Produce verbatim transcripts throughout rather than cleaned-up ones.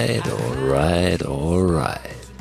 Alright, alright, alright.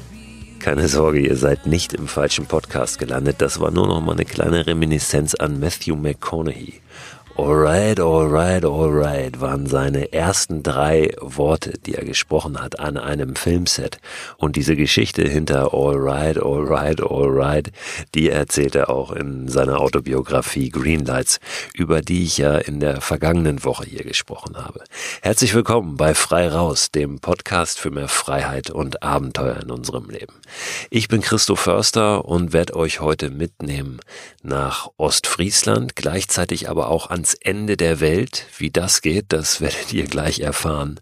Keine Sorge, ihr seid nicht im falschen Podcast gelandet. Das war nur noch mal eine kleine Reminiszenz an Matthew McConaughey. Alright, alright, alright waren seine ersten drei Worte, die er gesprochen hat an einem Filmset. Und diese Geschichte hinter Alright, alright, alright, die erzählt er auch in seiner Autobiografie Greenlights, über die ich ja in der vergangenen Woche hier gesprochen habe. Herzlich willkommen bei Frei Raus, dem Podcast für mehr Freiheit und Abenteuer in unserem Leben. Ich bin Christo Förster und werde euch heute mitnehmen nach Ostfriesland, gleichzeitig aber auch ans Ende der Welt. Wie das geht, das werdet ihr gleich erfahren.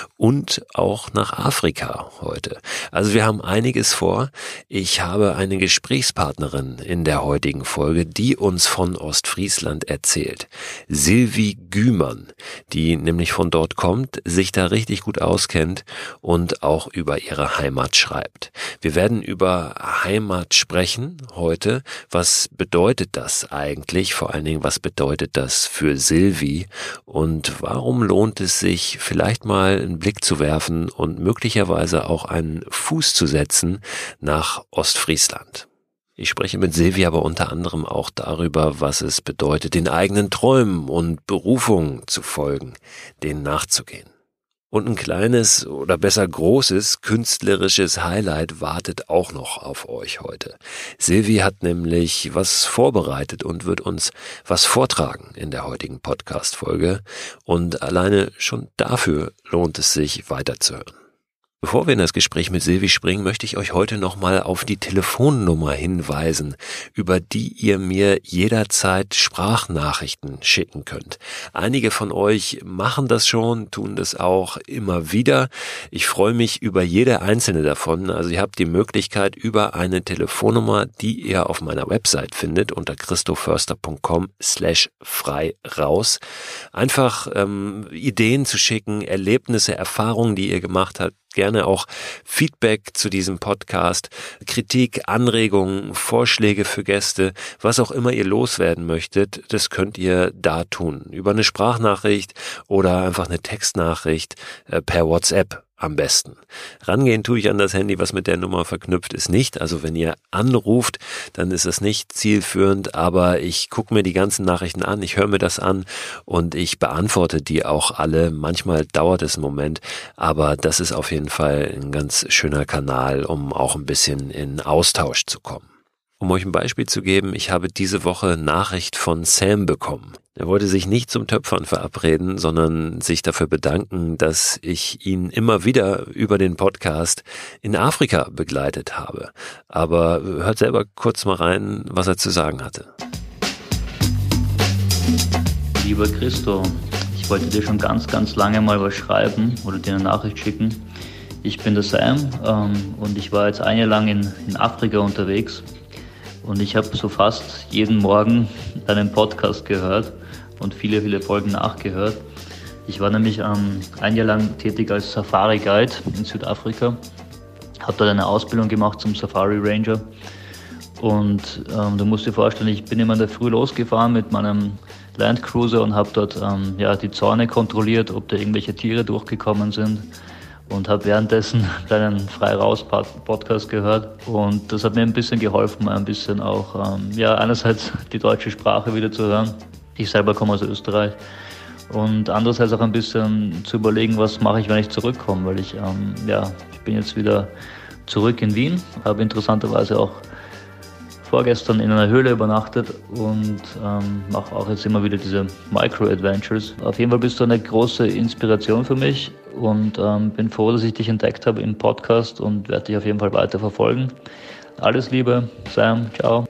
Und auch nach Afrika heute. Also wir haben einiges vor. Ich habe eine Gesprächspartnerin in der heutigen Folge, die uns von Ostfriesland erzählt. Sylvie Gümann, die nämlich von dort kommt, sich da richtig gut auskennt und auch über ihre Heimat schreibt. Wir werden über Heimat sprechen heute. Was bedeutet das eigentlich? Vor allen Dingen, was bedeutet das für Sylvie? Und warum lohnt es sich, vielleicht mal einen Blick zu werfen und möglicherweise auch einen Fuß zu setzen nach Ostfriesland? Ich spreche mit Sylvie aber unter anderem auch darüber, was es bedeutet, den eigenen Träumen und Berufungen zu folgen, denen nachzugehen. Und ein kleines oder besser großes künstlerisches Highlight wartet auch noch auf euch heute. Sylvie hat nämlich was vorbereitet und wird uns was vortragen in der heutigen Podcast-Folge. Und alleine schon dafür lohnt es sich weiterzuhören. Bevor wir in das Gespräch mit Sylvie springen, möchte ich euch heute nochmal auf die Telefonnummer hinweisen, über die ihr mir jederzeit Sprachnachrichten schicken könnt. Einige von euch machen das schon, tun das auch immer wieder. Ich freue mich über jede einzelne davon. Also ihr habt die Möglichkeit, über eine Telefonnummer, die ihr auf meiner Website findet, unter christoförster.com slash frei raus, einfach ähm, Ideen zu schicken, Erlebnisse, Erfahrungen, die ihr gemacht habt, gerne auch Feedback zu diesem Podcast, Kritik, Anregungen, Vorschläge für Gäste, was auch immer ihr loswerden möchtet, das könnt ihr da tun. Über eine Sprachnachricht oder einfach eine Textnachricht äh, per WhatsApp. Am besten. Rangehen tue ich an das Handy, was mit der Nummer verknüpft ist, nicht. Also wenn ihr anruft, dann ist es nicht zielführend, aber ich gucke mir die ganzen Nachrichten an, ich höre mir das an und ich beantworte die auch alle. Manchmal dauert es einen Moment, aber das ist auf jeden Fall ein ganz schöner Kanal, um auch ein bisschen in Austausch zu kommen. Um euch ein Beispiel zu geben, ich habe diese Woche Nachricht von Sam bekommen. Er wollte sich nicht zum Töpfern verabreden, sondern sich dafür bedanken, dass ich ihn immer wieder über den Podcast in Afrika begleitet habe. Aber hört selber kurz mal rein, was er zu sagen hatte. Lieber Christo, ich wollte dir schon ganz, ganz lange mal was schreiben oder dir eine Nachricht schicken. Ich bin der Sam ähm, und ich war jetzt ein Jahr lang in, in Afrika unterwegs. Und ich habe so fast jeden Morgen deinen Podcast gehört und viele, viele Folgen nachgehört. Ich war nämlich ähm, ein Jahr lang tätig als Safari-Guide in Südafrika, habe dort eine Ausbildung gemacht zum Safari-Ranger. Und ähm, du musst dir vorstellen, ich bin immer in der Früh losgefahren mit meinem Landcruiser und habe dort ähm, ja, die Zäune kontrolliert, ob da irgendwelche Tiere durchgekommen sind. Und habe währenddessen deinen Frei-Raus-Podcast gehört. Und das hat mir ein bisschen geholfen, ein bisschen auch, ähm, ja, einerseits die deutsche Sprache wieder zu hören. Ich selber komme aus Österreich. Und andererseits auch ein bisschen zu überlegen, was mache ich, wenn ich zurückkomme. Weil ich, ähm, ja, ich bin jetzt wieder zurück in Wien, habe interessanterweise auch vorgestern in einer Höhle übernachtet und ähm, mache auch jetzt immer wieder diese Micro-Adventures. Auf jeden Fall bist du eine große Inspiration für mich und ähm, bin froh, dass ich dich entdeckt habe im Podcast und werde dich auf jeden Fall weiter verfolgen. Alles Liebe, Sam, ciao.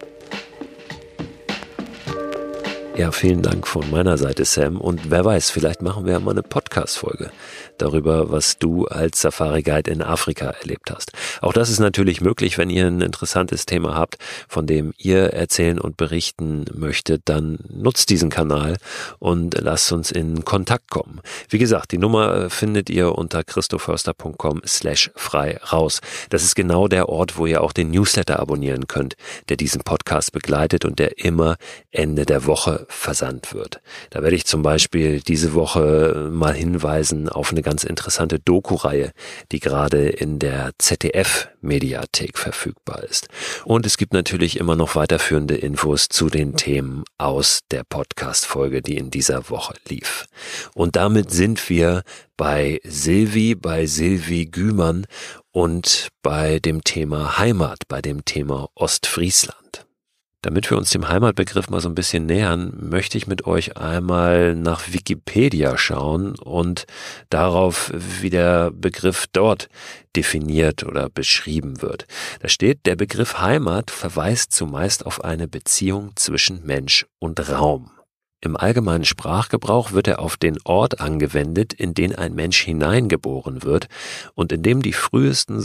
Ja, vielen Dank von meiner Seite, Sam. Und wer weiß, vielleicht machen wir ja mal eine Podcast-Folge darüber, was du als Safari-Guide in Afrika erlebt hast. Auch das ist natürlich möglich, wenn ihr ein interessantes Thema habt, von dem ihr erzählen und berichten möchtet, dann nutzt diesen Kanal und lasst uns in Kontakt kommen. Wie gesagt, die Nummer findet ihr unter christoförster.com slash frei raus. Das ist genau der Ort, wo ihr auch den Newsletter abonnieren könnt, der diesen Podcast begleitet und der immer Ende der Woche Briefe versandt wird. Da werde ich zum Beispiel diese Woche mal hinweisen auf eine ganz interessante Doku-Reihe, die gerade in der Z D F-Mediathek verfügbar ist. Und es gibt natürlich immer noch weiterführende Infos zu den Themen aus der Podcast-Folge, die in dieser Woche lief. Und damit sind wir bei Silvi, bei Silvi Gümann und bei dem Thema Heimat, bei dem Thema Ostfriesland. Damit wir uns dem Heimatbegriff mal so ein bisschen nähern, möchte ich mit euch einmal nach Wikipedia schauen und darauf, wie der Begriff dort definiert oder beschrieben wird. Da steht, der Begriff Heimat verweist zumeist auf eine Beziehung zwischen Mensch und Raum. Im allgemeinen Sprachgebrauch wird er auf den Ort angewendet, in den ein Mensch hineingeboren wird und in dem die frühesten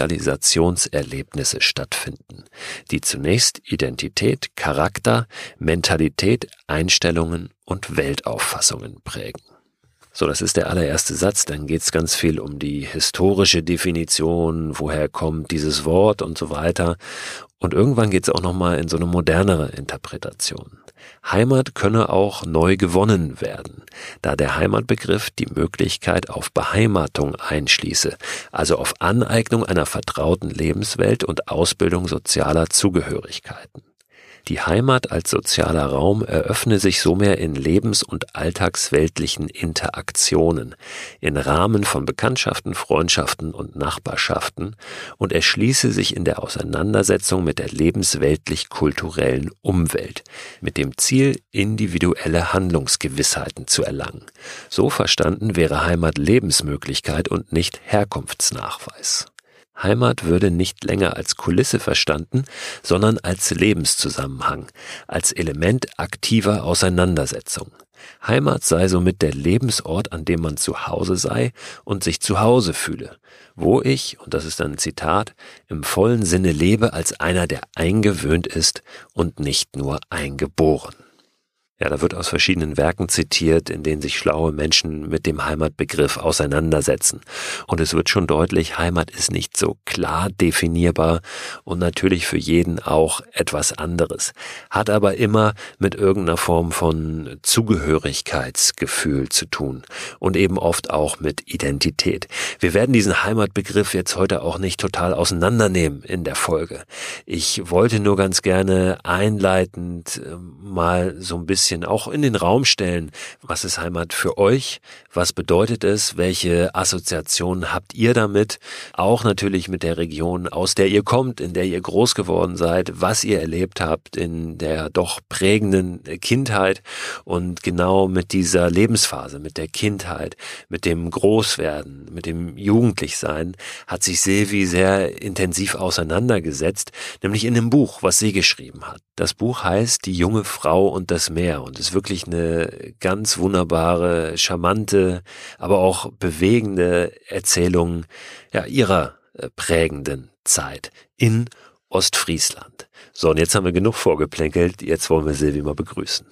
Sozialisationserlebnisse stattfinden, die zunächst Identität, Charakter, Mentalität, Einstellungen und Weltauffassungen prägen. So, das ist der allererste Satz, dann geht's ganz viel um die historische Definition, woher kommt dieses Wort und so weiter. Und irgendwann geht's auch nochmal in so eine modernere Interpretation. Heimat könne auch neu gewonnen werden, da der Heimatbegriff die Möglichkeit auf Beheimatung einschließe, also auf Aneignung einer vertrauten Lebenswelt und Ausbildung sozialer Zugehörigkeiten. Die Heimat als sozialer Raum eröffne sich somit in lebens- und alltagsweltlichen Interaktionen, in Rahmen von Bekanntschaften, Freundschaften und Nachbarschaften und erschließe sich in der Auseinandersetzung mit der lebensweltlich-kulturellen Umwelt, mit dem Ziel, individuelle Handlungsgewissheiten zu erlangen. So verstanden wäre Heimat Lebensmöglichkeit und nicht Herkunftsnachweis. Heimat würde nicht länger als Kulisse verstanden, sondern als Lebenszusammenhang, als Element aktiver Auseinandersetzung. Heimat sei somit der Lebensort, an dem man zu Hause sei und sich zu Hause fühle, wo ich, und das ist ein Zitat, im vollen Sinne lebe als einer, der eingewöhnt ist und nicht nur eingeboren. Ja, da wird aus verschiedenen Werken zitiert, in denen sich schlaue Menschen mit dem Heimatbegriff auseinandersetzen. Und es wird schon deutlich, Heimat ist nicht so klar definierbar und natürlich für jeden auch etwas anderes. Hat aber immer mit irgendeiner Form von Zugehörigkeitsgefühl zu tun und eben oft auch mit Identität. Wir werden diesen Heimatbegriff jetzt heute auch nicht total auseinandernehmen in der Folge. Ich wollte nur ganz gerne einleitend mal so ein bisschen auch in den Raum stellen, was ist Heimat für euch, was bedeutet es, welche Assoziationen habt ihr damit, auch natürlich mit der Region, aus der ihr kommt, in der ihr groß geworden seid, was ihr erlebt habt in der doch prägenden Kindheit und genau mit dieser Lebensphase, mit der Kindheit, mit dem Großwerden, mit dem Jugendlichsein hat sich Silvi sehr intensiv auseinandergesetzt, nämlich in dem Buch, was sie geschrieben hat. Das Buch heißt Die junge Frau und das Meer und ist wirklich eine ganz wunderbare, charmante, aber auch bewegende Erzählung ja, ihrer äh, prägenden Zeit in Ostfriesland. So, und jetzt haben wir genug vorgeplänkelt, jetzt wollen wir Silvi mal begrüßen.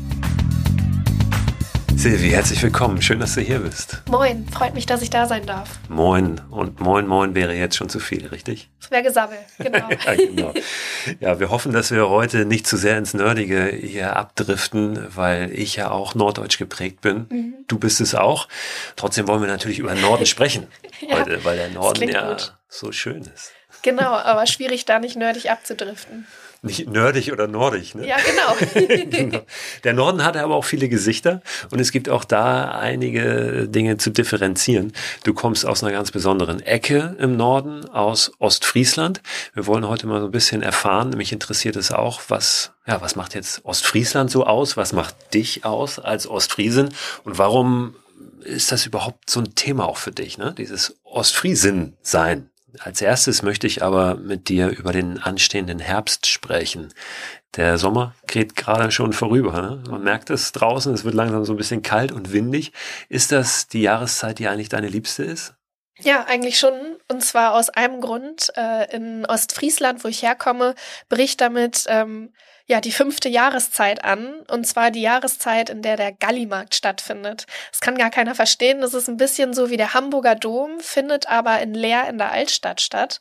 Silvi, herzlich willkommen. Schön, dass du hier bist. Moin, freut mich, dass ich da sein darf. Moin. Und Moin, Moin wäre jetzt schon zu viel, richtig? Das wäre Gesabbel, genau. ja, genau. Ja, wir hoffen, dass wir heute nicht zu sehr ins Nerdige hier abdriften, weil ich ja auch norddeutsch geprägt bin. Mhm. Du bist es auch. Trotzdem wollen wir natürlich über Norden sprechen ja, heute, weil der Norden ja gut. so schön ist. Genau, aber schwierig, da nicht nerdig abzudriften. Nicht nerdig oder nordig, ne? Ja, genau. genau. Der Norden hat aber auch viele Gesichter und es gibt auch da einige Dinge zu differenzieren. Du kommst aus einer ganz besonderen Ecke im Norden, aus Ostfriesland. Wir wollen heute mal so ein bisschen erfahren, mich interessiert es auch, was, ja, was macht jetzt Ostfriesland so aus? Was macht dich aus als Ostfriesin? Und warum ist das überhaupt so ein Thema auch für dich, ne? Dieses Ostfriesin-Sein. Als erstes möchte ich aber mit dir über den anstehenden Herbst sprechen. Der Sommer geht gerade schon vorüber, ne? Man merkt es draußen, es wird langsam so ein bisschen kalt und windig. Ist das die Jahreszeit, die eigentlich deine Liebste ist? Ja, eigentlich schon. Und zwar aus einem Grund. Äh, in Ostfriesland, wo ich herkomme, bricht damit ähm, ja die fünfte Jahreszeit an. Und zwar die Jahreszeit, in der der Gallimarkt stattfindet. Das kann gar keiner verstehen. Das ist ein bisschen so wie der Hamburger Dom, findet aber in Leer in der Altstadt statt.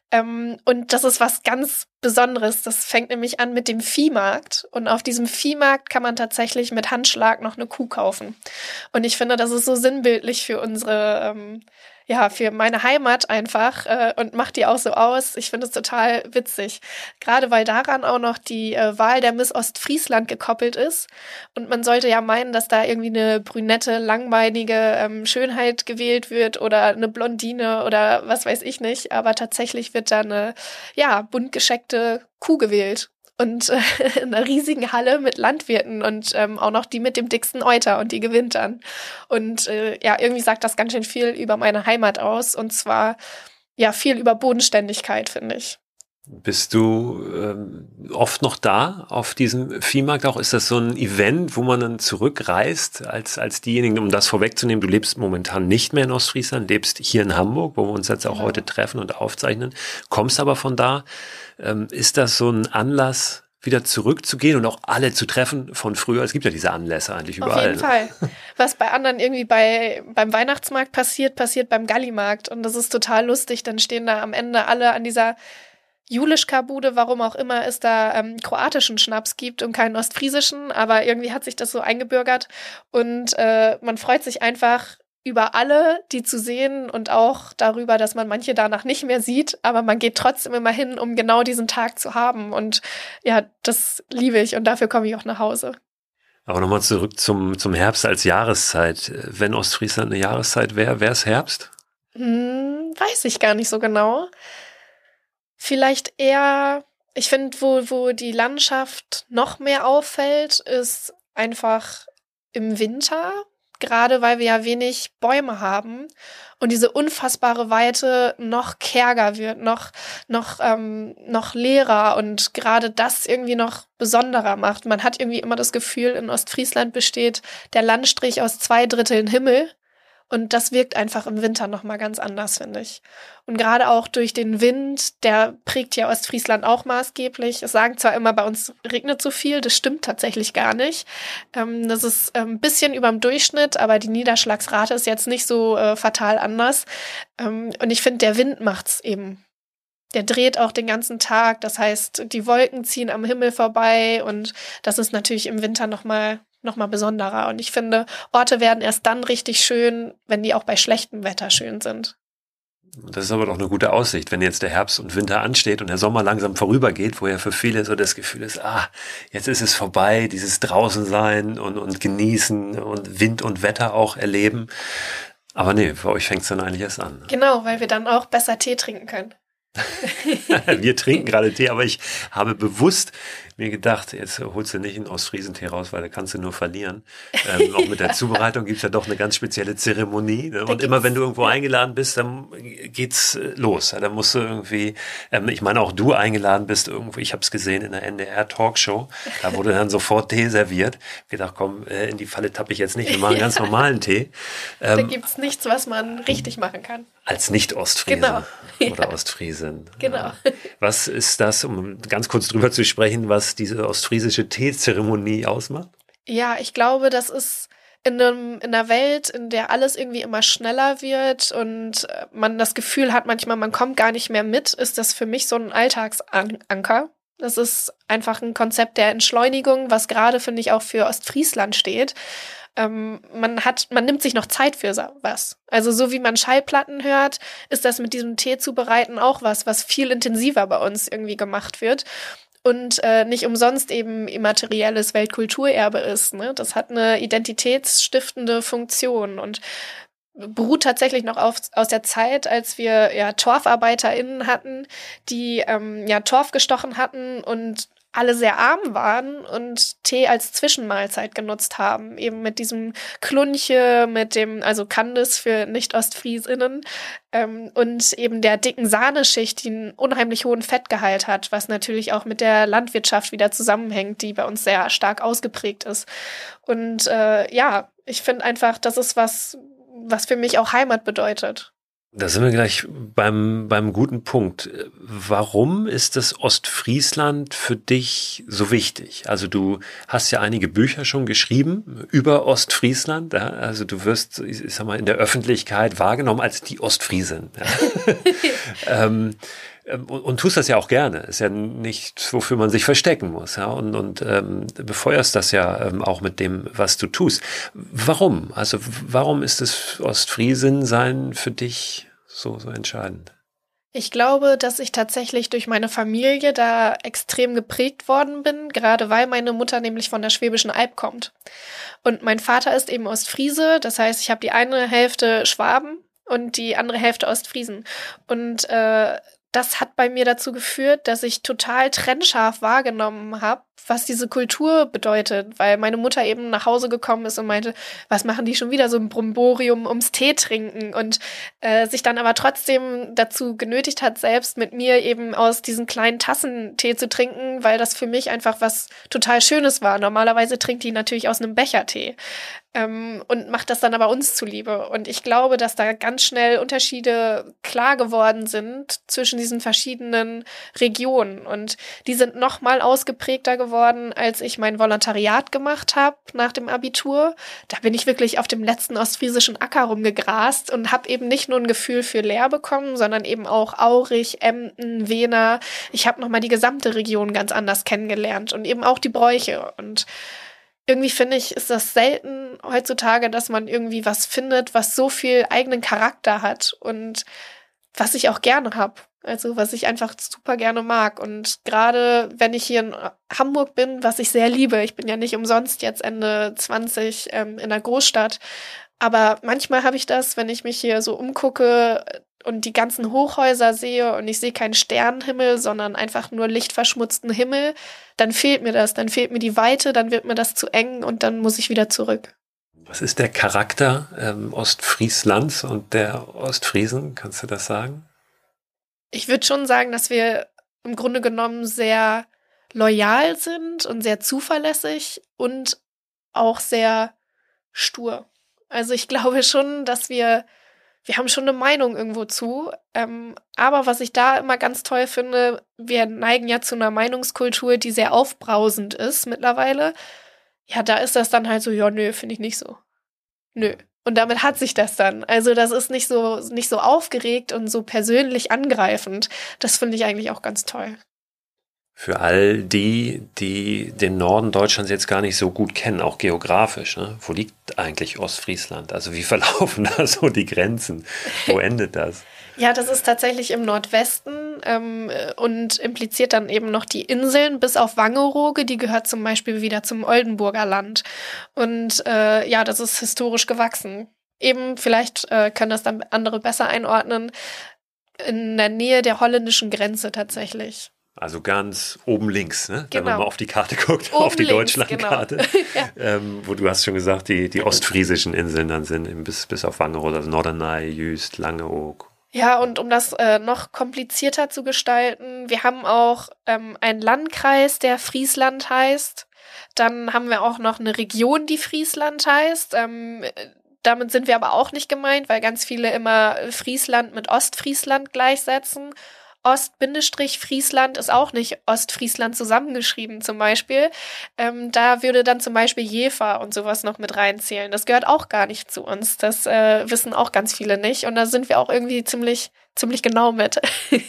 Ähm, und das ist was ganz Besonderes. Das fängt nämlich an mit dem Viehmarkt. Und auf diesem Viehmarkt kann man tatsächlich mit Handschlag noch eine Kuh kaufen. Und ich finde, das ist so sinnbildlich für unsere, ähm, ja, für meine Heimat einfach äh, und macht die auch so aus. Ich finde es total witzig. Gerade weil daran auch noch die äh, Wahl der Miss Ostfriesland gekoppelt ist. Und man sollte ja meinen, dass da irgendwie eine brünette, langbeinige ähm, Schönheit gewählt wird oder eine Blondine oder was weiß ich nicht. Aber tatsächlich wird da eine, ja, bunt gescheckte Kuh gewählt. Und äh, in einer riesigen Halle mit Landwirten und ähm, auch noch die mit dem dicksten Euter und die gewinnt dann. Und äh, ja, irgendwie sagt das ganz schön viel über meine Heimat aus und zwar ja viel über Bodenständigkeit, finde ich. Bist du ähm, oft noch da auf diesem Viehmarkt auch? Ist das so ein Event, wo man dann zurückreist als als diejenigen, um das vorwegzunehmen? Du lebst momentan nicht mehr in Ostfriesland, lebst hier in Hamburg, wo wir uns jetzt auch genau. heute treffen und aufzeichnen, kommst aber von da. Ähm, ist das so ein Anlass, wieder zurückzugehen und auch alle zu treffen von früher? Es gibt ja diese Anlässe eigentlich überall. Auf jeden ne? Fall. Was bei anderen irgendwie bei beim Weihnachtsmarkt passiert, passiert beim Gallimarkt. Und das ist total lustig. Dann stehen da am Ende alle an dieser Julischka-Bude, warum auch immer es da ähm, kroatischen Schnaps gibt und keinen ostfriesischen. Aber irgendwie hat sich das so eingebürgert. Und äh, man freut sich einfach über alle, die zu sehen und auch darüber, dass man manche danach nicht mehr sieht, aber man geht trotzdem immer hin, um genau diesen Tag zu haben und ja, das liebe ich und dafür komme ich auch nach Hause. Aber nochmal zurück zum, zum Herbst als Jahreszeit. Wenn Ostfriesland eine Jahreszeit wäre, wäre es Herbst? Hm, weiß ich gar nicht so genau. Vielleicht eher, ich finde, wo, wo die Landschaft noch mehr auffällt, ist einfach im Winter. Gerade weil wir ja wenig Bäume haben und diese unfassbare Weite noch kärger wird, noch noch ähm, noch leerer und gerade das irgendwie noch besonderer macht. Man hat irgendwie immer das Gefühl, in Ostfriesland besteht der Landstrich aus zwei Dritteln Himmel und das wirkt einfach im Winter noch mal ganz anders, finde ich. Und gerade auch durch den Wind, der prägt ja Ostfriesland auch maßgeblich. Es sagen zwar immer, bei uns regnet so viel, das stimmt tatsächlich gar nicht. Ähm, das ist ein ähm, bisschen über dem Durchschnitt, aber die Niederschlagsrate ist jetzt nicht so äh, fatal anders. Ähm, und ich finde, der Wind macht's eben. Der dreht auch den ganzen Tag, das heißt, die Wolken ziehen am Himmel vorbei und das ist natürlich im Winter noch mal noch mal besonderer. Und ich finde, Orte werden erst dann richtig schön, wenn die auch bei schlechtem Wetter schön sind. Das ist aber doch eine gute Aussicht, wenn jetzt der Herbst und Winter ansteht und der Sommer langsam vorübergeht, wo ja für viele so das Gefühl ist, ah, jetzt ist es vorbei, dieses Draußensein und, und genießen und Wind und Wetter auch erleben. Aber nee, für euch fängt es dann eigentlich erst an. Genau, weil wir dann auch besser Tee trinken können. Wir trinken gerade Tee, aber ich habe bewusst mir gedacht, jetzt holst du nicht einen Ostfriesentee raus, weil da kannst du nur verlieren. Ähm, auch mit der Zubereitung gibt's ja doch eine ganz spezielle Zeremonie. Ne? Und immer wenn du irgendwo eingeladen bist, dann geht's los. Dann musst du irgendwie, ähm, ich meine auch du eingeladen bist irgendwo, ich habe es gesehen in der N D R-Talkshow, da wurde dann sofort Tee serviert. Ich gedacht, komm, äh, in die Falle tappe ich jetzt nicht, wir machen einen ganz normalen Tee. Ähm, da gibt's nichts, was man richtig machen kann. Als Nicht-Ostfriese genau. oder ja. Ostfriesin. Genau. Was ist das, um ganz kurz drüber zu sprechen, was diese ostfriesische Teezeremonie ausmacht? Ja, ich glaube, das ist in, einem, in einer Welt, in der alles irgendwie immer schneller wird und man das Gefühl hat, manchmal man kommt gar nicht mehr mit, ist das für mich so ein Alltagsanker. Das ist einfach ein Konzept der Entschleunigung, was gerade, finde ich, auch für Ostfriesland steht. Ähm, man hat, man nimmt sich noch Zeit für was. Also so wie man Schallplatten hört, ist das mit diesem Tee zubereiten auch was, was viel intensiver bei uns irgendwie gemacht wird. Und äh, nicht umsonst eben immaterielles Weltkulturerbe ist. Ne? Das hat eine identitätsstiftende Funktion und beruht tatsächlich noch auf, aus der Zeit, als wir ja TorfarbeiterInnen hatten, die ähm, ja Torf gestochen hatten und alle sehr arm waren und Tee als Zwischenmahlzeit genutzt haben. Eben mit diesem Klunche, mit dem, also Kandis für Nicht-OstfriesInnen ähm, und eben der dicken Sahneschicht, die einen unheimlich hohen Fettgehalt hat, was natürlich auch mit der Landwirtschaft wieder zusammenhängt, die bei uns sehr stark ausgeprägt ist. Und äh, ja, ich finde einfach, das ist was, was für mich auch Heimat bedeutet. Da sind wir gleich beim, beim guten Punkt. Warum ist das Ostfriesland für dich so wichtig? Also du hast ja einige Bücher schon geschrieben über Ostfriesland. Ja? Also du wirst, ich sag mal, in der Öffentlichkeit wahrgenommen als die Ostfriesin. Ja? ähm, Und, und tust das ja auch gerne. Ist ja nichts, wofür man sich verstecken muss. Ja? Und, und ähm, befeuerst das ja ähm, auch mit dem, was du tust. Warum? Also warum ist das Ostfriesin-Sein für dich so, so entscheidend? Ich glaube, dass ich tatsächlich durch meine Familie da extrem geprägt worden bin, gerade weil meine Mutter nämlich von der Schwäbischen Alb kommt. Und mein Vater ist eben Ostfriese, das heißt, ich habe die eine Hälfte Schwaben und die andere Hälfte Ostfriesen. Und äh, das hat bei mir dazu geführt, dass ich total trennscharf wahrgenommen habe, was diese Kultur bedeutet, weil meine Mutter eben nach Hause gekommen ist und meinte, was machen die schon wieder so ein Bromborium ums Tee trinken und äh, sich dann aber trotzdem dazu genötigt hat, selbst mit mir eben aus diesen kleinen Tassen Tee zu trinken, weil das für mich einfach was total Schönes war. Normalerweise trinkt die natürlich aus einem Becher Tee. Ähm, und macht das dann aber uns zuliebe. Und ich glaube, dass da ganz schnell Unterschiede klar geworden sind zwischen diesen verschiedenen Regionen. Und die sind noch mal ausgeprägter geworden, als ich mein Volontariat gemacht habe nach dem Abitur. Da bin ich wirklich auf dem letzten ostfriesischen Acker rumgegrast und habe eben nicht nur ein Gefühl für Leer bekommen, sondern eben auch Aurich, Emden, Wena. Ich habe noch mal die gesamte Region ganz anders kennengelernt und eben auch die Bräuche. Und irgendwie finde ich, ist das selten heutzutage, dass man irgendwie was findet, was so viel eigenen Charakter hat und was ich auch gerne habe. Also was ich einfach super gerne mag. Und gerade wenn ich hier in Hamburg bin, was ich sehr liebe, ich bin ja nicht umsonst jetzt Ende zwanzig ähm, in der Großstadt, aber manchmal habe ich das, wenn ich mich hier so umgucke und die ganzen Hochhäuser sehe und ich sehe keinen Sternenhimmel, sondern einfach nur lichtverschmutzten Himmel, dann fehlt mir das, dann fehlt mir die Weite, dann wird mir das zu eng und dann muss ich wieder zurück. Was ist der Charakter ähm, Ostfrieslands und der Ostfriesen? Kannst du das sagen? Ich würde schon sagen, dass wir im Grunde genommen sehr loyal sind und sehr zuverlässig und auch sehr stur. Also ich glaube schon, dass wir, wir haben schon eine Meinung irgendwo zu, ähm, aber was ich da immer ganz toll finde, wir neigen ja zu einer Meinungskultur, die sehr aufbrausend ist mittlerweile. Ja, da ist das dann halt so, ja, nö, finde ich nicht so. Nö. Und damit hat sich das dann. Also das ist nicht so, nicht so aufgeregt und so persönlich angreifend. Das finde ich eigentlich auch ganz toll. Für all die, die den Norden Deutschlands jetzt gar nicht so gut kennen, auch geografisch, ne? Wo liegt eigentlich Ostfriesland? Also wie verlaufen da so die Grenzen? Wo endet das? Ja, das ist tatsächlich im Nordwesten ähm, und impliziert dann eben noch die Inseln bis auf Wangerooge, die gehört zum Beispiel wieder zum Oldenburger Land. Und äh, ja, das ist historisch gewachsen. Eben, vielleicht äh, können das dann andere besser einordnen, in der Nähe der holländischen Grenze tatsächlich. Also ganz oben links, ne? Genau. Wenn man mal auf die Karte guckt, Oben auf die links, Deutschlandkarte, genau. Ja. ähm, wo du hast schon gesagt, die, die ostfriesischen Inseln dann sind, eben bis, bis auf Wangerooge, also Norderney, Jüst, Langeoog. Ja, und um das äh, noch komplizierter zu gestalten, wir haben auch ähm, einen Landkreis, der Friesland heißt. Dann haben wir auch noch eine Region, die Friesland heißt. Ähm, damit sind wir aber auch nicht gemeint, weil ganz viele immer Friesland mit Ostfriesland gleichsetzen. Ost-Friesland ist auch nicht Ostfriesland zusammengeschrieben zum Beispiel. Ähm, da würde dann zum Beispiel Jever und sowas noch mit reinzählen. Das gehört auch gar nicht zu uns. Das äh, wissen auch ganz viele nicht. Und da sind wir auch irgendwie ziemlich, ziemlich genau mit.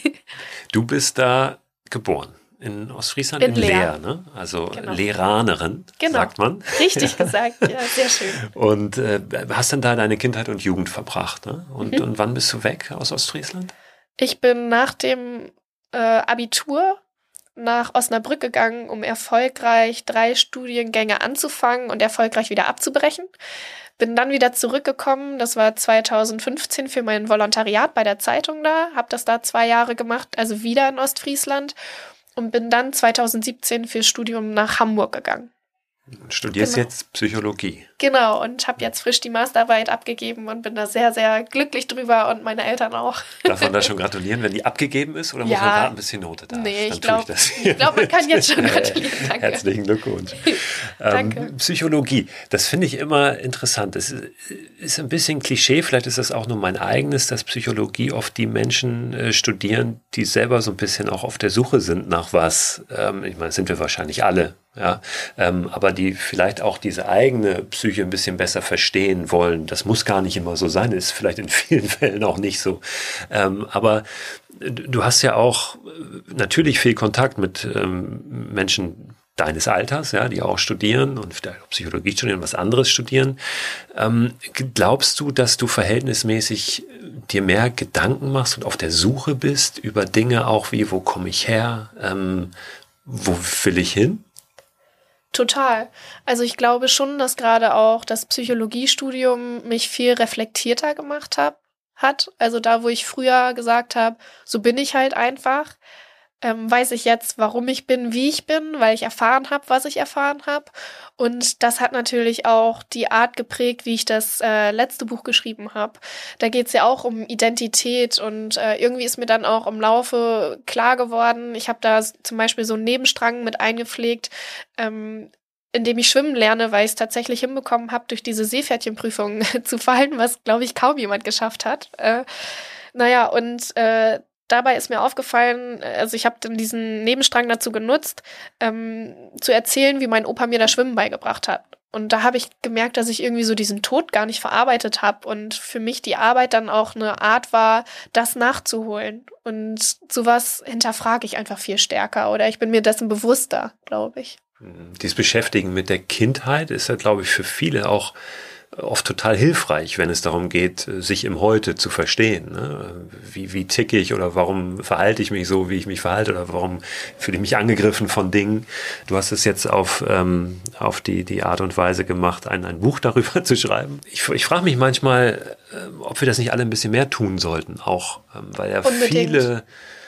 Du bist da geboren. In Ostfriesland, in, in Leer, Leer, ne? Also genau. Leeranerin, genau. sagt man. Richtig gesagt, ja, sehr schön. Und äh, hast dann da deine Kindheit und Jugend verbracht, ne? Und, Mhm. und wann bist du weg aus Ostfriesland? Ich bin nach dem äh, Abitur nach Osnabrück gegangen, um erfolgreich drei Studiengänge anzufangen und erfolgreich wieder abzubrechen. Bin dann wieder zurückgekommen, das war zweitausendfünfzehn für mein Volontariat bei der Zeitung da, habe das da zwei Jahre gemacht, also wieder in Ostfriesland und bin dann zweitausendsiebzehn fürs Studium nach Hamburg gegangen. Und studierst Genau. jetzt Psychologie. Genau, und habe jetzt frisch die Masterarbeit abgegeben und bin da sehr, sehr glücklich drüber und meine Eltern auch. Darf man da schon gratulieren, wenn die abgegeben ist? Oder Ja. muss man warten, bis die Note da ist? Nee, ich Dann tue glaube, das hier. ich glaub, man kann jetzt schon gratulieren. Danke. Herzlichen Glückwunsch. Danke. Ähm, Psychologie, das finde ich immer interessant. Es ist ein bisschen Klischee, vielleicht ist das auch nur mein eigenes, dass Psychologie oft die Menschen äh, studieren, die selber so ein bisschen auch auf der Suche sind nach was. Ähm, ich meine, das sind wir wahrscheinlich alle. Ja, ähm, aber die vielleicht auch diese eigene Psyche ein bisschen besser verstehen wollen. Das muss gar nicht immer so sein, ist vielleicht in vielen Fällen auch nicht so. Ähm, aber du hast ja auch natürlich viel Kontakt mit ähm, Menschen deines Alters, ja, die auch studieren und vielleicht Psychologie studieren, was anderes studieren. Ähm, glaubst du, dass du verhältnismäßig dir mehr Gedanken machst und auf der Suche bist über Dinge auch wie, wo komme ich her, ähm, wo will ich hin? Total. Also ich glaube schon, dass gerade auch das Psychologiestudium mich viel reflektierter gemacht hab, hat. Also da, wo ich früher gesagt habe, so bin ich halt einfach, ähm, weiß ich jetzt, warum ich bin, wie ich bin, weil ich erfahren habe, was ich erfahren habe. Und das hat natürlich auch die Art geprägt, wie ich das äh, letzte Buch geschrieben habe. Da geht es ja auch um Identität und äh, irgendwie ist mir dann auch im Laufe klar geworden, ich habe da zum Beispiel so einen Nebenstrang mit eingepflegt, ähm, in dem ich schwimmen lerne, weil ich es tatsächlich hinbekommen habe, durch diese Seepferdchenprüfung zu fallen, was, glaube ich, kaum jemand geschafft hat. Äh, naja, und äh, dabei ist mir aufgefallen, also ich habe dann diesen Nebenstrang dazu genutzt, ähm, zu erzählen, wie mein Opa mir das Schwimmen beigebracht hat. Und da habe ich gemerkt, dass ich irgendwie so diesen Tod gar nicht verarbeitet habe und für mich die Arbeit dann auch eine Art war, das nachzuholen. Und sowas hinterfrage ich einfach viel stärker oder ich bin mir dessen bewusster, glaube ich. Dieses Beschäftigen mit der Kindheit ist ja, glaube ich, für viele auch oft total hilfreich, wenn es darum geht, sich im Heute zu verstehen. Ne? Wie, wie ticke ich oder warum verhalte ich mich so, wie ich mich verhalte oder warum fühle ich mich angegriffen von Dingen. Du hast es jetzt auf, ähm, auf die, die Art und Weise gemacht, ein, ein Buch darüber zu schreiben. Ich, ich frage mich manchmal, äh, ob wir das nicht alle ein bisschen mehr tun sollten, auch ähm, weil ja Unbedingt. viele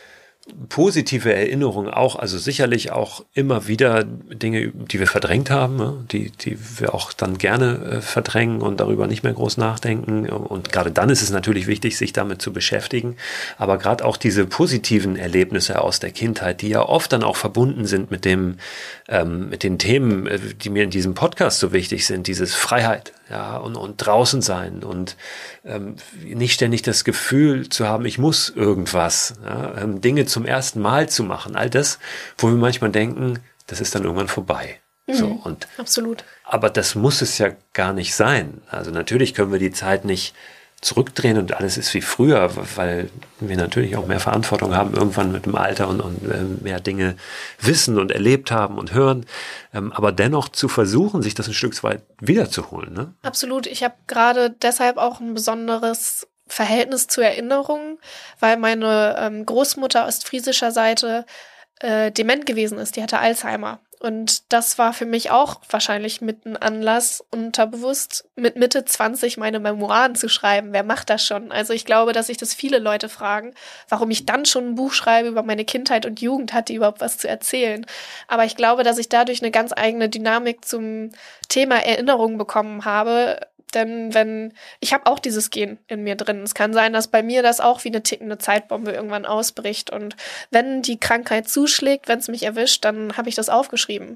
positive Erinnerungen auch, also sicherlich auch immer wieder Dinge, die wir verdrängt haben, die, die wir auch dann gerne äh, verdrängen und darüber nicht mehr groß nachdenken. Und gerade dann ist es natürlich wichtig, sich damit zu beschäftigen. Aber gerade auch diese positiven Erlebnisse aus der Kindheit, die ja oft dann auch verbunden sind mit dem, ähm, mit den Themen, die mir in diesem Podcast so wichtig sind, dieses Freiheit, ja, und, und draußen sein und ähm, nicht ständig das Gefühl zu haben, ich muss irgendwas, ja, ähm, Dinge zum ersten Mal zu machen, all das, wo wir manchmal denken, das ist dann irgendwann vorbei. Mhm, so, und, absolut. Aber das muss es ja gar nicht sein. Also natürlich können wir die Zeit nicht zurückdrehen und alles ist wie früher, weil wir natürlich auch mehr Verantwortung haben irgendwann mit dem Alter und, und äh, mehr Dinge wissen und erlebt haben und hören. Ähm, aber dennoch zu versuchen, sich das ein Stück weit wiederzuholen. Ne? Absolut. Ich habe gerade deshalb auch ein besonderes Verhältnis zu Erinnerungen, weil meine ähm, Großmutter ostfriesischer Seite äh, dement gewesen ist. Die hatte Alzheimer. Und das war für mich auch wahrscheinlich mit ein Anlass, unterbewusst mit Mitte zwanzig meine Memoiren zu schreiben. Wer macht das schon? Also ich glaube, dass sich das viele Leute fragen, warum ich dann schon ein Buch schreibe über meine Kindheit und Jugend, hat die überhaupt was zu erzählen. Aber ich glaube, dass ich dadurch eine ganz eigene Dynamik zum Thema Erinnerung bekommen habe. Denn wenn, ich habe auch dieses Gen in mir drin. Es kann sein, dass bei mir das auch wie eine tickende Zeitbombe irgendwann ausbricht. Und wenn die Krankheit zuschlägt, wenn es mich erwischt, dann habe ich das aufgeschrieben.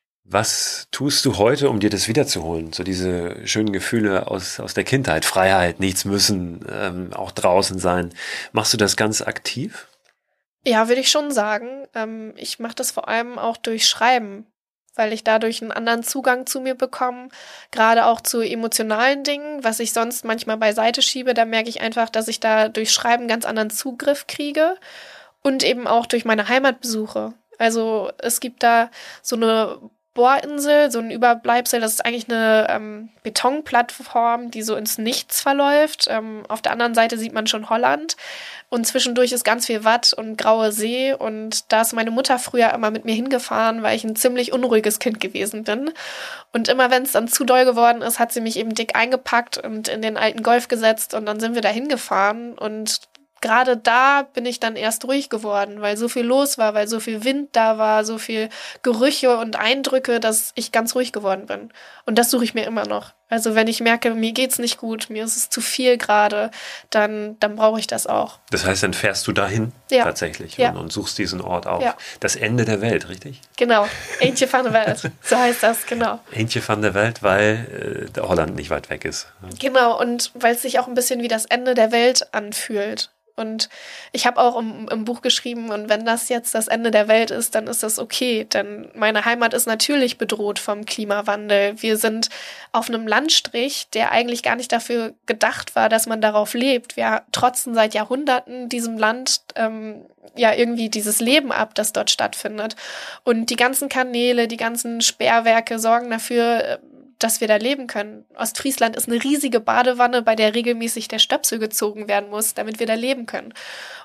Was tust du heute, um dir das wiederzuholen? So diese schönen Gefühle aus, aus der Kindheit, Freiheit, nichts müssen, ähm, auch draußen sein. Machst du das ganz aktiv? Ja, würde ich schon sagen. Ähm, ich mache das vor allem auch durch Schreiben, weil ich dadurch einen anderen Zugang zu mir bekomme, gerade auch zu emotionalen Dingen, was ich sonst manchmal beiseite schiebe. Da merke ich einfach, dass ich da durch Schreiben ganz anderen Zugriff kriege und eben auch durch meine Heimatbesuche. Also es gibt da so eine Bohrinsel, so ein Überbleibsel, das ist eigentlich eine ähm, Betonplattform, die so ins Nichts verläuft. Ähm, auf der anderen Seite sieht man schon Holland und zwischendurch ist ganz viel Watt und graue See und da ist meine Mutter früher immer mit mir hingefahren, weil ich ein ziemlich unruhiges Kind gewesen bin. Und immer wenn es dann zu doll geworden ist, hat sie mich eben dick eingepackt und in den alten Golf gesetzt und dann sind wir da hingefahren und gerade da bin ich dann erst ruhig geworden, weil so viel los war, weil so viel Wind da war, so viel Gerüche und Eindrücke, dass ich ganz ruhig geworden bin. Und das suche ich mir immer noch. Also wenn ich merke, mir geht's nicht gut, mir ist es zu viel gerade, dann, dann brauche ich das auch. Das heißt, dann fährst du dahin ja. tatsächlich ja. und, und suchst diesen Ort auf. Ja. Das Ende der Welt, richtig? Genau, Eindje van der Welt, so heißt das, genau. Eindje van der Welt, weil äh, Holland nicht weit weg ist. Genau, und weil es sich auch ein bisschen wie das Ende der Welt anfühlt. Und ich habe auch im, im Buch geschrieben, und wenn das jetzt das Ende der Welt ist, dann ist das okay. Denn meine Heimat ist natürlich bedroht vom Klimawandel. Wir sind auf einem Landstrich, der eigentlich gar nicht dafür gedacht war, dass man darauf lebt. Wir trotzen seit Jahrhunderten diesem Land ähm, ja irgendwie dieses Leben ab, das dort stattfindet. Und die ganzen Kanäle, die ganzen Sperrwerke sorgen dafür, dass wir da leben können. Ostfriesland ist eine riesige Badewanne, bei der regelmäßig der Stöpsel gezogen werden muss, damit wir da leben können.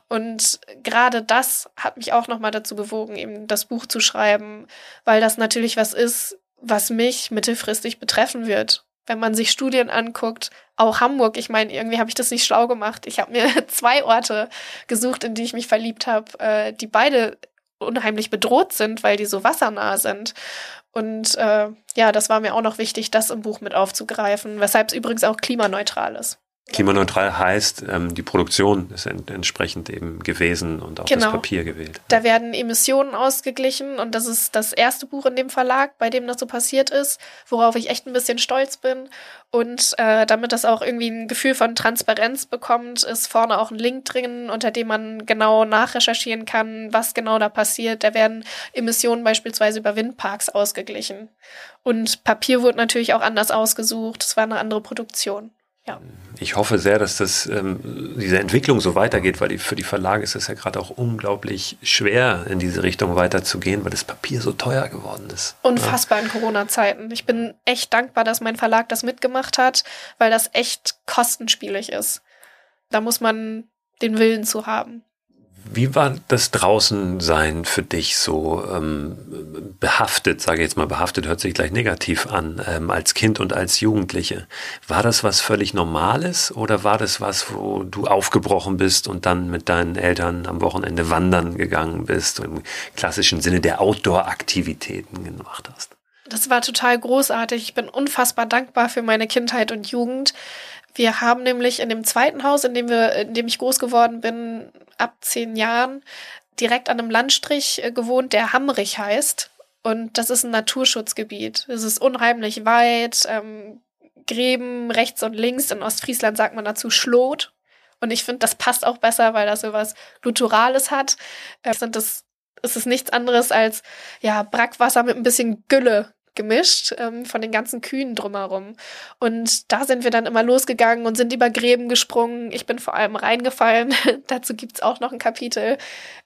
Und gerade das hat mich auch nochmal dazu bewogen, eben das Buch zu schreiben, weil das natürlich was ist, was mich mittelfristig betreffen wird. Wenn man sich Studien anguckt, auch Hamburg, ich meine, irgendwie habe ich das nicht schlau gemacht. Ich habe mir zwei Orte gesucht, in die ich mich verliebt habe, äh, die beide unheimlich bedroht sind, weil die so wassernah sind. Und äh, ja, das war mir auch noch wichtig, das im Buch mit aufzugreifen, weshalb es übrigens auch klimaneutral ist. Klimaneutral heißt, ähm, die Produktion ist ent- entsprechend eben gewesen und auch genau. das Papier gewählt. Da werden Emissionen ausgeglichen und das ist das erste Buch in dem Verlag, bei dem das so passiert ist, worauf ich echt ein bisschen stolz bin. Und äh, damit das auch irgendwie ein Gefühl von Transparenz bekommt, ist vorne auch ein Link drin, unter dem man genau nachrecherchieren kann, was genau da passiert. Da werden Emissionen beispielsweise über Windparks ausgeglichen. Und Papier wurde natürlich auch anders ausgesucht. Es war eine andere Produktion. Ja. Ich hoffe sehr, dass das ähm, diese Entwicklung so weitergeht, weil die, für die Verlage ist es ja gerade auch unglaublich schwer, in diese Richtung weiterzugehen, weil das Papier so teuer geworden ist. Unfassbar ja. In Corona-Zeiten. Ich bin echt dankbar, dass mein Verlag das mitgemacht hat, weil das echt kostenspielig ist. Da muss man den Willen zu haben. Wie war das Draußensein für dich so ähm, behaftet, sage ich jetzt mal, behaftet hört sich gleich negativ an, ähm, als Kind und als Jugendliche? War das was völlig Normales oder war das was, wo du aufgebrochen bist und dann mit deinen Eltern am Wochenende wandern gegangen bist und im klassischen Sinne der Outdoor-Aktivitäten gemacht hast? Das war total großartig. Ich bin unfassbar dankbar für meine Kindheit und Jugend. Wir haben nämlich in dem zweiten Haus, in dem wir, in dem ich groß geworden bin, ab zehn Jahren, direkt an einem Landstrich gewohnt, der Hamrich heißt. Und das ist ein Naturschutzgebiet. Es ist unheimlich weit, ähm, Gräben rechts und links. In Ostfriesland sagt man dazu Schlot. Und ich finde, das passt auch besser, weil das so was Lutturales hat. Äh, das, es ist nichts anderes als ja Brackwasser mit ein bisschen Gülle gemischt, ähm, von den ganzen Kühen drumherum. Und da sind wir dann immer losgegangen und sind über Gräben gesprungen. Ich bin vor allem reingefallen. Dazu gibt's auch noch ein Kapitel.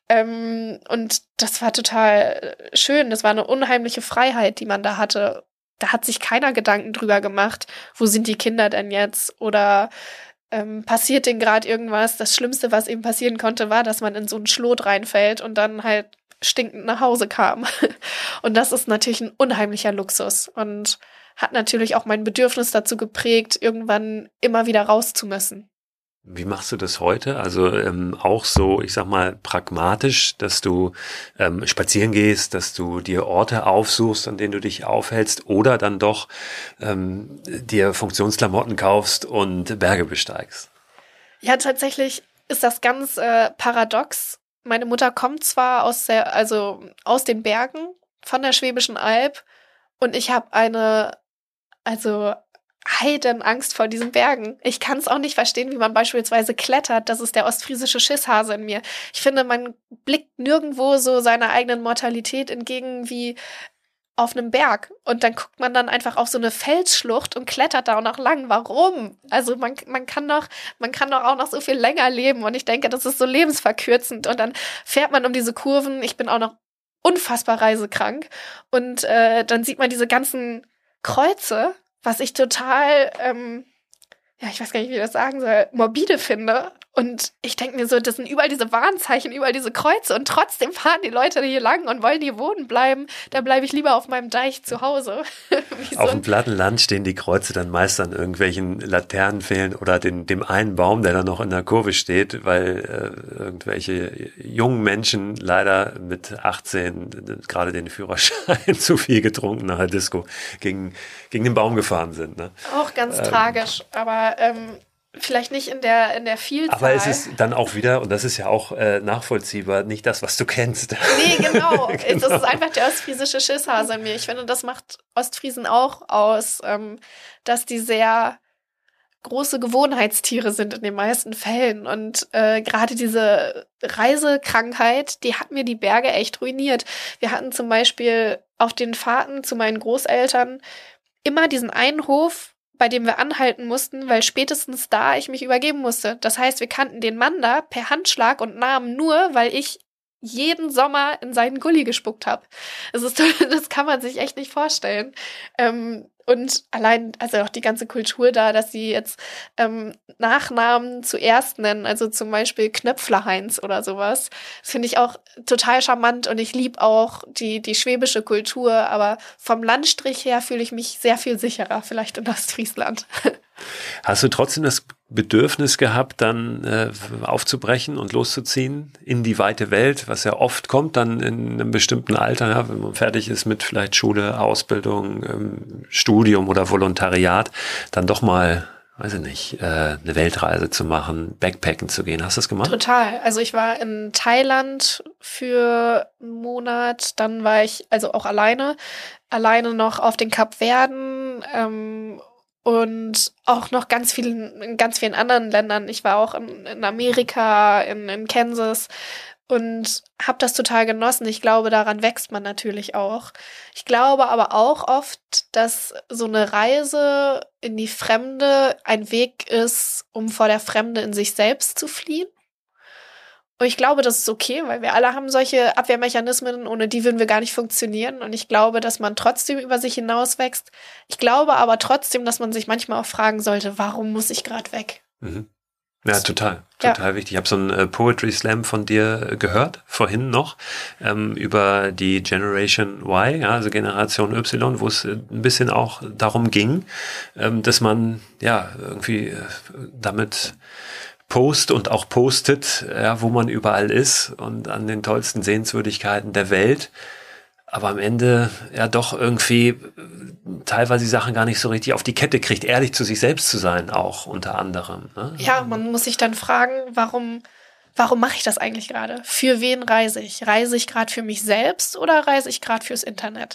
Ähm, und das war total schön. Das war eine unheimliche Freiheit, die man da hatte. Da hat sich keiner Gedanken drüber gemacht, wo sind die Kinder denn jetzt? Oder ähm, passiert denen gerade irgendwas? Das Schlimmste, was eben passieren konnte, war, dass man in so einen Schlot reinfällt und dann halt stinkend nach Hause kam. Und das ist natürlich ein unheimlicher Luxus und hat natürlich auch mein Bedürfnis dazu geprägt, irgendwann immer wieder raus zu müssen. Wie machst du das heute? Also ähm, auch so, ich sag mal, pragmatisch, dass du ähm, spazieren gehst, dass du dir Orte aufsuchst, an denen du dich aufhältst oder dann doch ähm, dir Funktionsklamotten kaufst und Berge besteigst? Ja, tatsächlich ist das ganz äh, paradox. Meine Mutter kommt zwar aus der, also aus den Bergen von der Schwäbischen Alb und ich habe eine, also Heidenangst vor diesen Bergen. Ich kann es auch nicht verstehen, wie man beispielsweise klettert. Das ist der ostfriesische Schisshase in mir. Ich finde, man blickt nirgendwo so seiner eigenen Mortalität entgegen wie auf einem Berg. Und dann guckt man dann einfach auf so eine Felsschlucht und klettert da auch noch lang. Warum? Also man, man kann doch, man kann doch auch noch so viel länger leben. Und ich denke, das ist so lebensverkürzend. Und dann fährt man um diese Kurven. Ich bin auch noch unfassbar reisekrank. Und äh, dann sieht man diese ganzen Kreuze, was ich total, ähm, ja, ich weiß gar nicht, wie ich das sagen soll, morbide finde. Und ich denke mir so, das sind überall diese Warnzeichen, überall diese Kreuze und trotzdem fahren die Leute hier lang und wollen hier wohnen bleiben. Da bleibe ich lieber auf meinem Deich zu Hause. Auf dem platten Land stehen die Kreuze dann meist an irgendwelchen Laternenpfählen oder den, dem einen Baum, der dann noch in der Kurve steht, weil äh, irgendwelche jungen Menschen leider mit achtzehn gerade den Führerschein zu viel getrunken nach der Disco gegen, gegen den Baum gefahren sind. Ne? Auch ganz ähm, tragisch, aber ähm, vielleicht nicht in der, in der Vielzahl. Aber es ist dann auch wieder, und das ist ja auch äh, nachvollziehbar, nicht das, was du kennst. Nee, genau. genau. Das ist einfach der ostfriesische Schisshase in mir. Ich finde, das macht Ostfriesen auch aus, ähm, dass die sehr große Gewohnheitstiere sind in den meisten Fällen. Und äh, gerade diese Reisekrankheit, die hat mir die Berge echt ruiniert. Wir hatten zum Beispiel auf den Fahrten zu meinen Großeltern immer diesen einen Hof, bei dem wir anhalten mussten, weil spätestens da ich mich übergeben musste. Das heißt, wir kannten den Mann da per Handschlag und Namen nur, weil ich jeden Sommer in seinen Gully gespuckt habe. Das ist, das kann man sich echt nicht vorstellen. Ähm, und allein, also auch die ganze Kultur da, dass sie jetzt ähm, Nachnamen zuerst nennen, also zum Beispiel Knöpfler-Heinz oder sowas, das finde ich auch total charmant und ich liebe auch die, die schwäbische Kultur, aber vom Landstrich her fühle ich mich sehr viel sicherer, vielleicht in Ostfriesland. Hast du trotzdem das Bedürfnis gehabt, dann äh, aufzubrechen und loszuziehen in die weite Welt, was ja oft kommt dann in einem bestimmten Alter, ja, wenn man fertig ist mit vielleicht Schule, Ausbildung, ähm, Studium oder Volontariat, dann doch mal, weiß ich nicht, äh, eine Weltreise zu machen, Backpacken zu gehen. Hast du das gemacht? Total. Also ich war in Thailand für einen Monat, dann war ich also auch alleine, alleine noch auf den Kapverden, ähm, und auch noch ganz vielen, in ganz vielen anderen Ländern. Ich war auch in, in Amerika, in, in Kansas und habe das total genossen. Ich glaube, daran wächst man natürlich auch. Ich glaube aber auch oft, dass so eine Reise in die Fremde ein Weg ist, um vor der Fremde in sich selbst zu fliehen. Und ich glaube, das ist okay, weil wir alle haben solche Abwehrmechanismen, ohne die würden wir gar nicht funktionieren. Und ich glaube, dass man trotzdem über sich hinauswächst. Ich glaube aber trotzdem, dass man sich manchmal auch fragen sollte, warum muss ich gerade weg? Mhm. Ja, total, total ja. wichtig. Ich habe so einen äh, Poetry Slam von dir äh, gehört, vorhin noch, ähm, über die Generation Y, ja, also Generation Y, wo es äh, ein bisschen auch darum ging, ähm, dass man ja irgendwie äh, damit post und auch postet, ja, wo man überall ist und an den tollsten Sehenswürdigkeiten der Welt, aber am Ende ja doch irgendwie teilweise die Sachen gar nicht so richtig auf die Kette kriegt, ehrlich zu sich selbst zu sein, auch unter anderem. Ne? Ja, man muss sich dann fragen, warum, warum mache ich das eigentlich gerade? Für wen reise ich? Reise ich gerade für mich selbst oder reise ich gerade fürs Internet?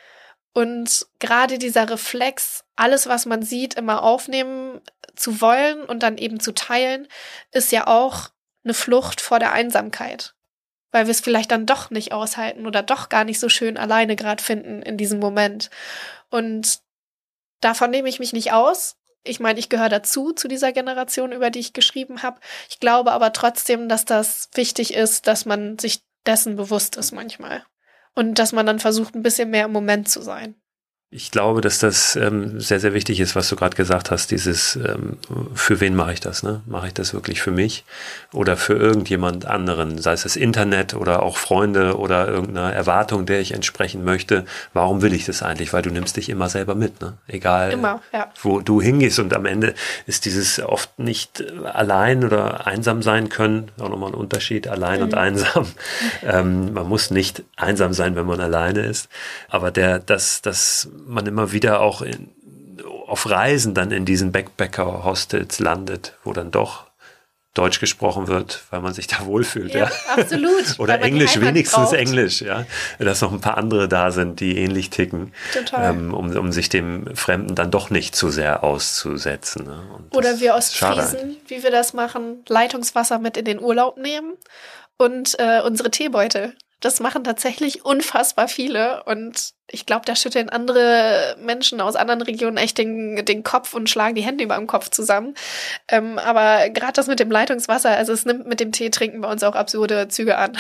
Und gerade dieser Reflex, alles, was man sieht, immer aufnehmen zu wollen und dann eben zu teilen, ist ja auch eine Flucht vor der Einsamkeit. Weil wir es vielleicht dann doch nicht aushalten oder doch gar nicht so schön alleine gerade finden in diesem Moment. Und davon nehme ich mich nicht aus. Ich meine, ich gehöre dazu, zu dieser Generation, über die ich geschrieben habe. Ich glaube aber trotzdem, dass das wichtig ist, dass man sich dessen bewusst ist manchmal. Und dass man dann versucht, ein bisschen mehr im Moment zu sein. Ich glaube, dass das ähm, sehr, sehr wichtig ist, was du gerade gesagt hast, dieses, ähm, für wen mache ich das, ne? Mache ich das wirklich für mich oder für irgendjemand anderen, sei es das Internet oder auch Freunde oder irgendeine Erwartung, der ich entsprechen möchte. Warum will ich das eigentlich? Weil du nimmst dich immer selber mit, ne? Egal, immer, ja. wo du hingehst. Und am Ende ist dieses oft nicht allein oder einsam sein können, auch nochmal ein Unterschied, allein mhm. und einsam. ähm, man muss nicht einsam sein, wenn man alleine ist. Aber der, das, das man immer wieder auch in, auf Reisen dann in diesen Backpacker-Hostels landet, wo dann doch Deutsch gesprochen wird, weil man sich da wohlfühlt. Ja, ja. Absolut. Oder Englisch, wenigstens braucht. Englisch, ja. Dass noch ein paar andere da sind, die ähnlich ticken. Total. Ähm, um, um sich dem Fremden dann doch nicht zu sehr auszusetzen. Ne? Und Oder wir Ostfriesen, wie wir das machen, Leitungswasser mit in den Urlaub nehmen und äh, unsere Teebeutel. Das machen tatsächlich unfassbar viele und ich glaube, da schütteln andere Menschen aus anderen Regionen echt den, den Kopf und schlagen die Hände über dem Kopf zusammen. Ähm, aber gerade das mit dem Leitungswasser, also es nimmt mit dem Tee trinken bei uns auch absurde Züge an.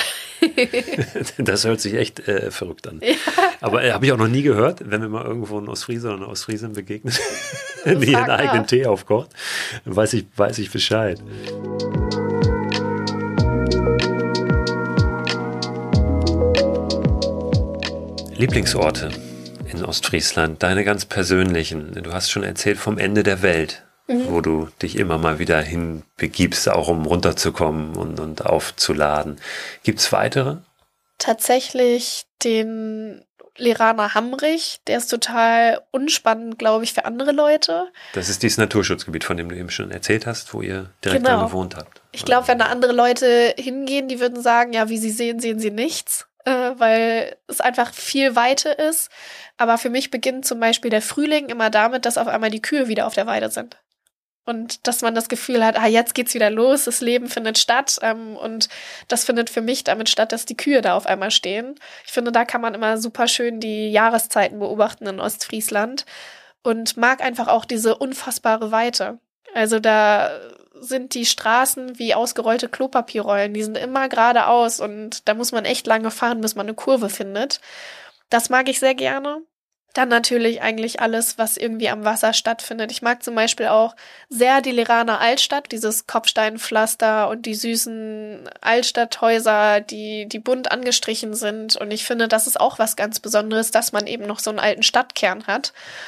Das hört sich echt äh, verrückt an. Ja. Aber äh, habe ich auch noch nie gehört, wenn mir mal irgendwo ein Ostfriese oder eine Ostfriesin begegnet, die ihren eigenen nach. Tee aufkocht, weiß ich, weiß ich Bescheid. Lieblingsorte in Ostfriesland, deine ganz persönlichen. Du hast schon erzählt vom Ende der Welt, mhm. wo du dich immer mal wieder hinbegibst, auch um runterzukommen und, und aufzuladen. Gibt's weitere? Tatsächlich den Leraner Hamrich, der ist total unspannend, glaube ich, für andere Leute. Das ist dieses Naturschutzgebiet, von dem du eben schon erzählt hast, wo ihr direkt genau. dran gewohnt habt. Ich glaube, wenn da andere Leute hingehen, die würden sagen, ja, wie sie sehen, sehen sie nichts. Weil es einfach viel Weite ist. Aber für mich beginnt zum Beispiel der Frühling immer damit, dass auf einmal die Kühe wieder auf der Weide sind. Und dass man das Gefühl hat, ah, jetzt geht's wieder los, das Leben findet statt. Ähm, und das findet für mich damit statt, dass die Kühe da auf einmal stehen. Ich finde, da kann man immer super schön die Jahreszeiten beobachten in Ostfriesland und mag einfach auch diese unfassbare Weite. Also da sind die Straßen wie ausgerollte Klopapierrollen. Die sind immer geradeaus und da muss man echt lange fahren, bis man eine Kurve findet. Das mag ich sehr gerne. Dann natürlich eigentlich alles, was irgendwie am Wasser stattfindet. Ich mag zum Beispiel auch sehr die Leraner Altstadt, dieses Kopfsteinpflaster und die süßen Altstadthäuser, die, die bunt angestrichen sind. Und ich finde, das ist auch was ganz Besonderes, dass man eben noch so einen alten Stadtkern hat.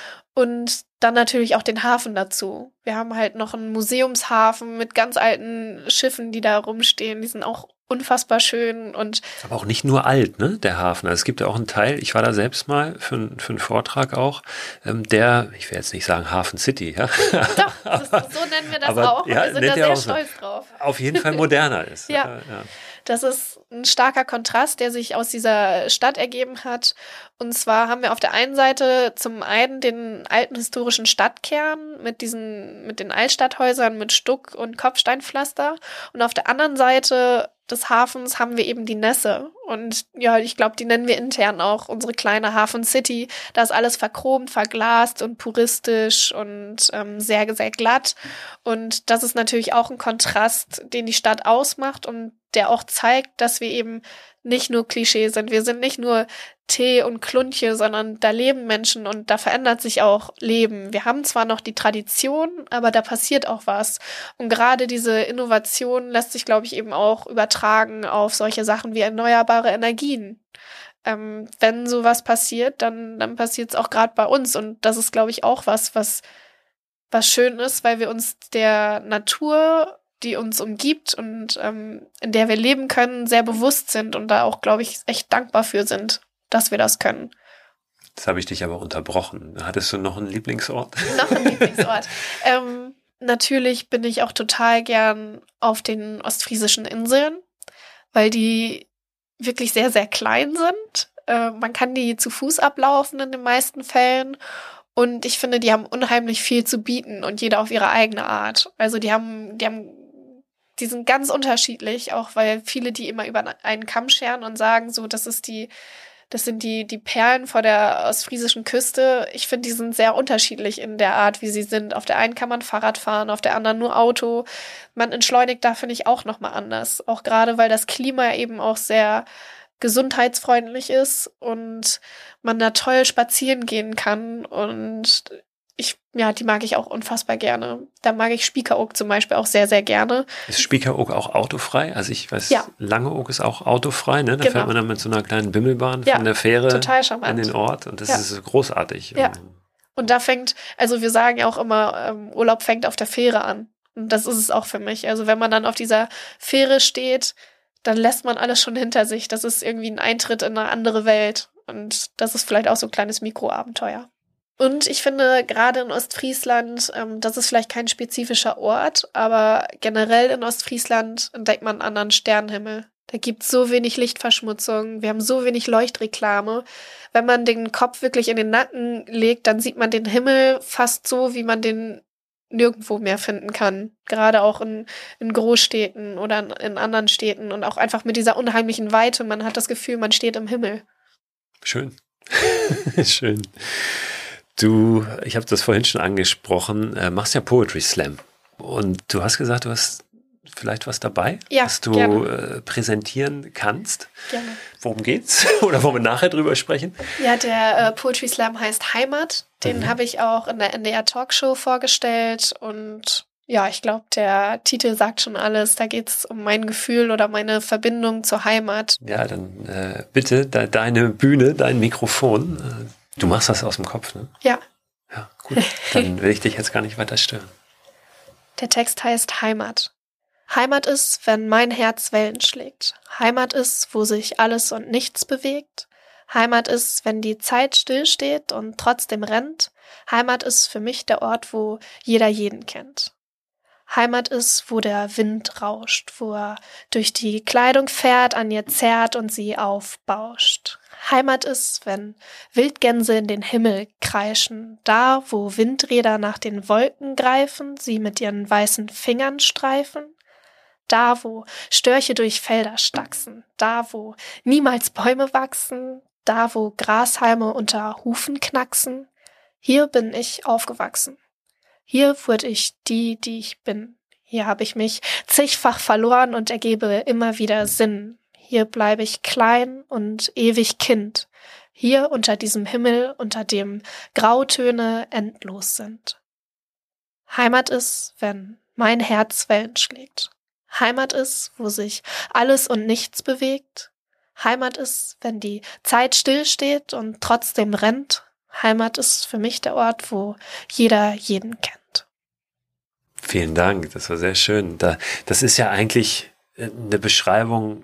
Und dann natürlich auch den Hafen dazu. Wir haben halt noch einen Museumshafen mit ganz alten Schiffen, die da rumstehen. Die sind auch unfassbar schön und aber auch nicht nur alt, ne, der Hafen. Also es gibt ja auch einen Teil, ich war da selbst mal für, für einen Vortrag auch, ähm, der, ich will jetzt nicht sagen Hafen City, ja. Doch, das, so nennen wir das aber, auch und ja, wir sind da sehr so. stolz drauf. Auf jeden Fall moderner ist. ja. ja, ja. Das ist ein starker Kontrast, der sich aus dieser Stadt ergeben hat. Und zwar haben wir auf der einen Seite zum einen den alten historischen Stadtkern mit diesen, mit den Altstadthäusern mit Stuck und Kopfsteinpflaster. Und auf der anderen Seite des Hafens haben wir eben die Nässe. Und ja, ich glaube, die nennen wir intern auch unsere kleine Hafen City. Da ist alles verchromt, verglast und puristisch und ähm, sehr, sehr glatt. Und das ist natürlich auch ein Kontrast, den die Stadt ausmacht und der auch zeigt, dass wir eben nicht nur Klischee sind. Wir sind nicht nur Tee und Kluntje, sondern da leben Menschen und da verändert sich auch Leben. Wir haben zwar noch die Tradition, aber da passiert auch was. Und gerade diese Innovation lässt sich, glaube ich, eben auch übertragen auf solche Sachen wie erneuerbare Energien. Ähm, wenn sowas passiert, dann, dann passiert es auch gerade bei uns. Und das ist, glaube ich, auch was, was, was schön ist, weil wir uns der Natur, die uns umgibt und ähm, in der wir leben können, sehr bewusst sind und da auch, glaube ich, echt dankbar für sind, dass wir das können. Jetzt habe ich dich aber unterbrochen. Hattest du noch einen Lieblingsort? Noch einen Lieblingsort. ähm, natürlich bin ich auch total gern auf den ostfriesischen Inseln, weil die wirklich sehr, sehr klein sind. Äh, man kann die zu Fuß ablaufen in den meisten Fällen. Und ich finde, die haben unheimlich viel zu bieten und jeder auf ihre eigene Art. Also die haben, die haben, die sind ganz unterschiedlich, auch weil viele die immer über einen Kamm scheren und sagen, so, das ist die, das sind die, die Perlen vor der ostfriesischen Küste. Ich finde, die sind sehr unterschiedlich in der Art, wie sie sind. Auf der einen kann man Fahrrad fahren, auf der anderen nur Auto. Man entschleunigt da, finde ich, auch nochmal anders. Auch gerade, weil das Klima eben auch sehr gesundheitsfreundlich ist und man da toll spazieren gehen kann und ich, ja, die mag ich auch unfassbar gerne. Da mag ich Spiekeroog zum Beispiel auch sehr, sehr gerne. Ist Spiekeroog auch autofrei? Also ich weiß, ja. Langeoog ist auch autofrei, ne? Da genau. fährt man dann mit so einer kleinen Bimmelbahn ja, von der Fähre total charmant. an den Ort und das ja. ist großartig. Ja. Und da fängt, also wir sagen ja auch immer, ähm, Urlaub fängt auf der Fähre an. Und das ist es auch für mich. Also wenn man dann auf dieser Fähre steht, dann lässt man alles schon hinter sich. Das ist irgendwie ein Eintritt in eine andere Welt. Und das ist vielleicht auch so ein kleines Mikroabenteuer. Und ich finde, gerade in Ostfriesland, ähm, das ist vielleicht kein spezifischer Ort, aber generell in Ostfriesland entdeckt man einen anderen Sternenhimmel. Da gibt es so wenig Lichtverschmutzung, wir haben so wenig Leuchtreklame. Wenn man den Kopf wirklich in den Nacken legt, dann sieht man den Himmel fast so, wie man den nirgendwo mehr finden kann. Gerade auch in, in Großstädten oder in, in anderen Städten und auch einfach mit dieser unheimlichen Weite. Man hat das Gefühl, man steht im Himmel. Schön. Schön. Du, ich habe das vorhin schon angesprochen, äh, machst ja Poetry Slam. Und du hast gesagt, du hast vielleicht was dabei, ja, was du äh, präsentieren kannst. Gerne. Worum geht's? Oder wollen wir nachher drüber sprechen? Ja, der äh, Poetry Slam heißt Heimat. Den mhm. habe ich auch in der N D R Talkshow vorgestellt. Und ja, ich glaube, der Titel sagt schon alles. Da geht's um mein Gefühl oder meine Verbindung zur Heimat. Ja, dann äh, bitte de- deine Bühne, dein Mikrofon. Äh, Du machst das aus dem Kopf, ne? Ja. Ja, gut. Dann will ich dich jetzt gar nicht weiter stören. Der Text heißt Heimat. Heimat ist, wenn mein Herz Wellen schlägt. Heimat ist, wo sich alles und nichts bewegt. Heimat ist, wenn die Zeit stillsteht und trotzdem rennt. Heimat ist für mich der Ort, wo jeder jeden kennt. Heimat ist, wo der Wind rauscht, wo er durch die Kleidung fährt, an ihr zerrt und sie aufbauscht. Heimat ist, wenn Wildgänse in den Himmel kreischen, da, wo Windräder nach den Wolken greifen, sie mit ihren weißen Fingern streifen, da, wo Störche durch Felder stachsen, da, wo niemals Bäume wachsen, da, wo Grashalme unter Hufen knacksen. Hier bin ich aufgewachsen. Hier wurde ich die, die ich bin. Hier habe ich mich zigfach verloren und ergebe immer wieder Sinn. Hier bleibe ich klein und ewig Kind. Hier unter diesem Himmel, unter dem Grautöne endlos sind. Heimat ist, wenn mein Herz Wellen schlägt. Heimat ist, wo sich alles und nichts bewegt. Heimat ist, wenn die Zeit stillsteht und trotzdem rennt. Heimat ist für mich der Ort, wo jeder jeden kennt. Vielen Dank, das war sehr schön. Da, das ist ja eigentlich eine Beschreibung,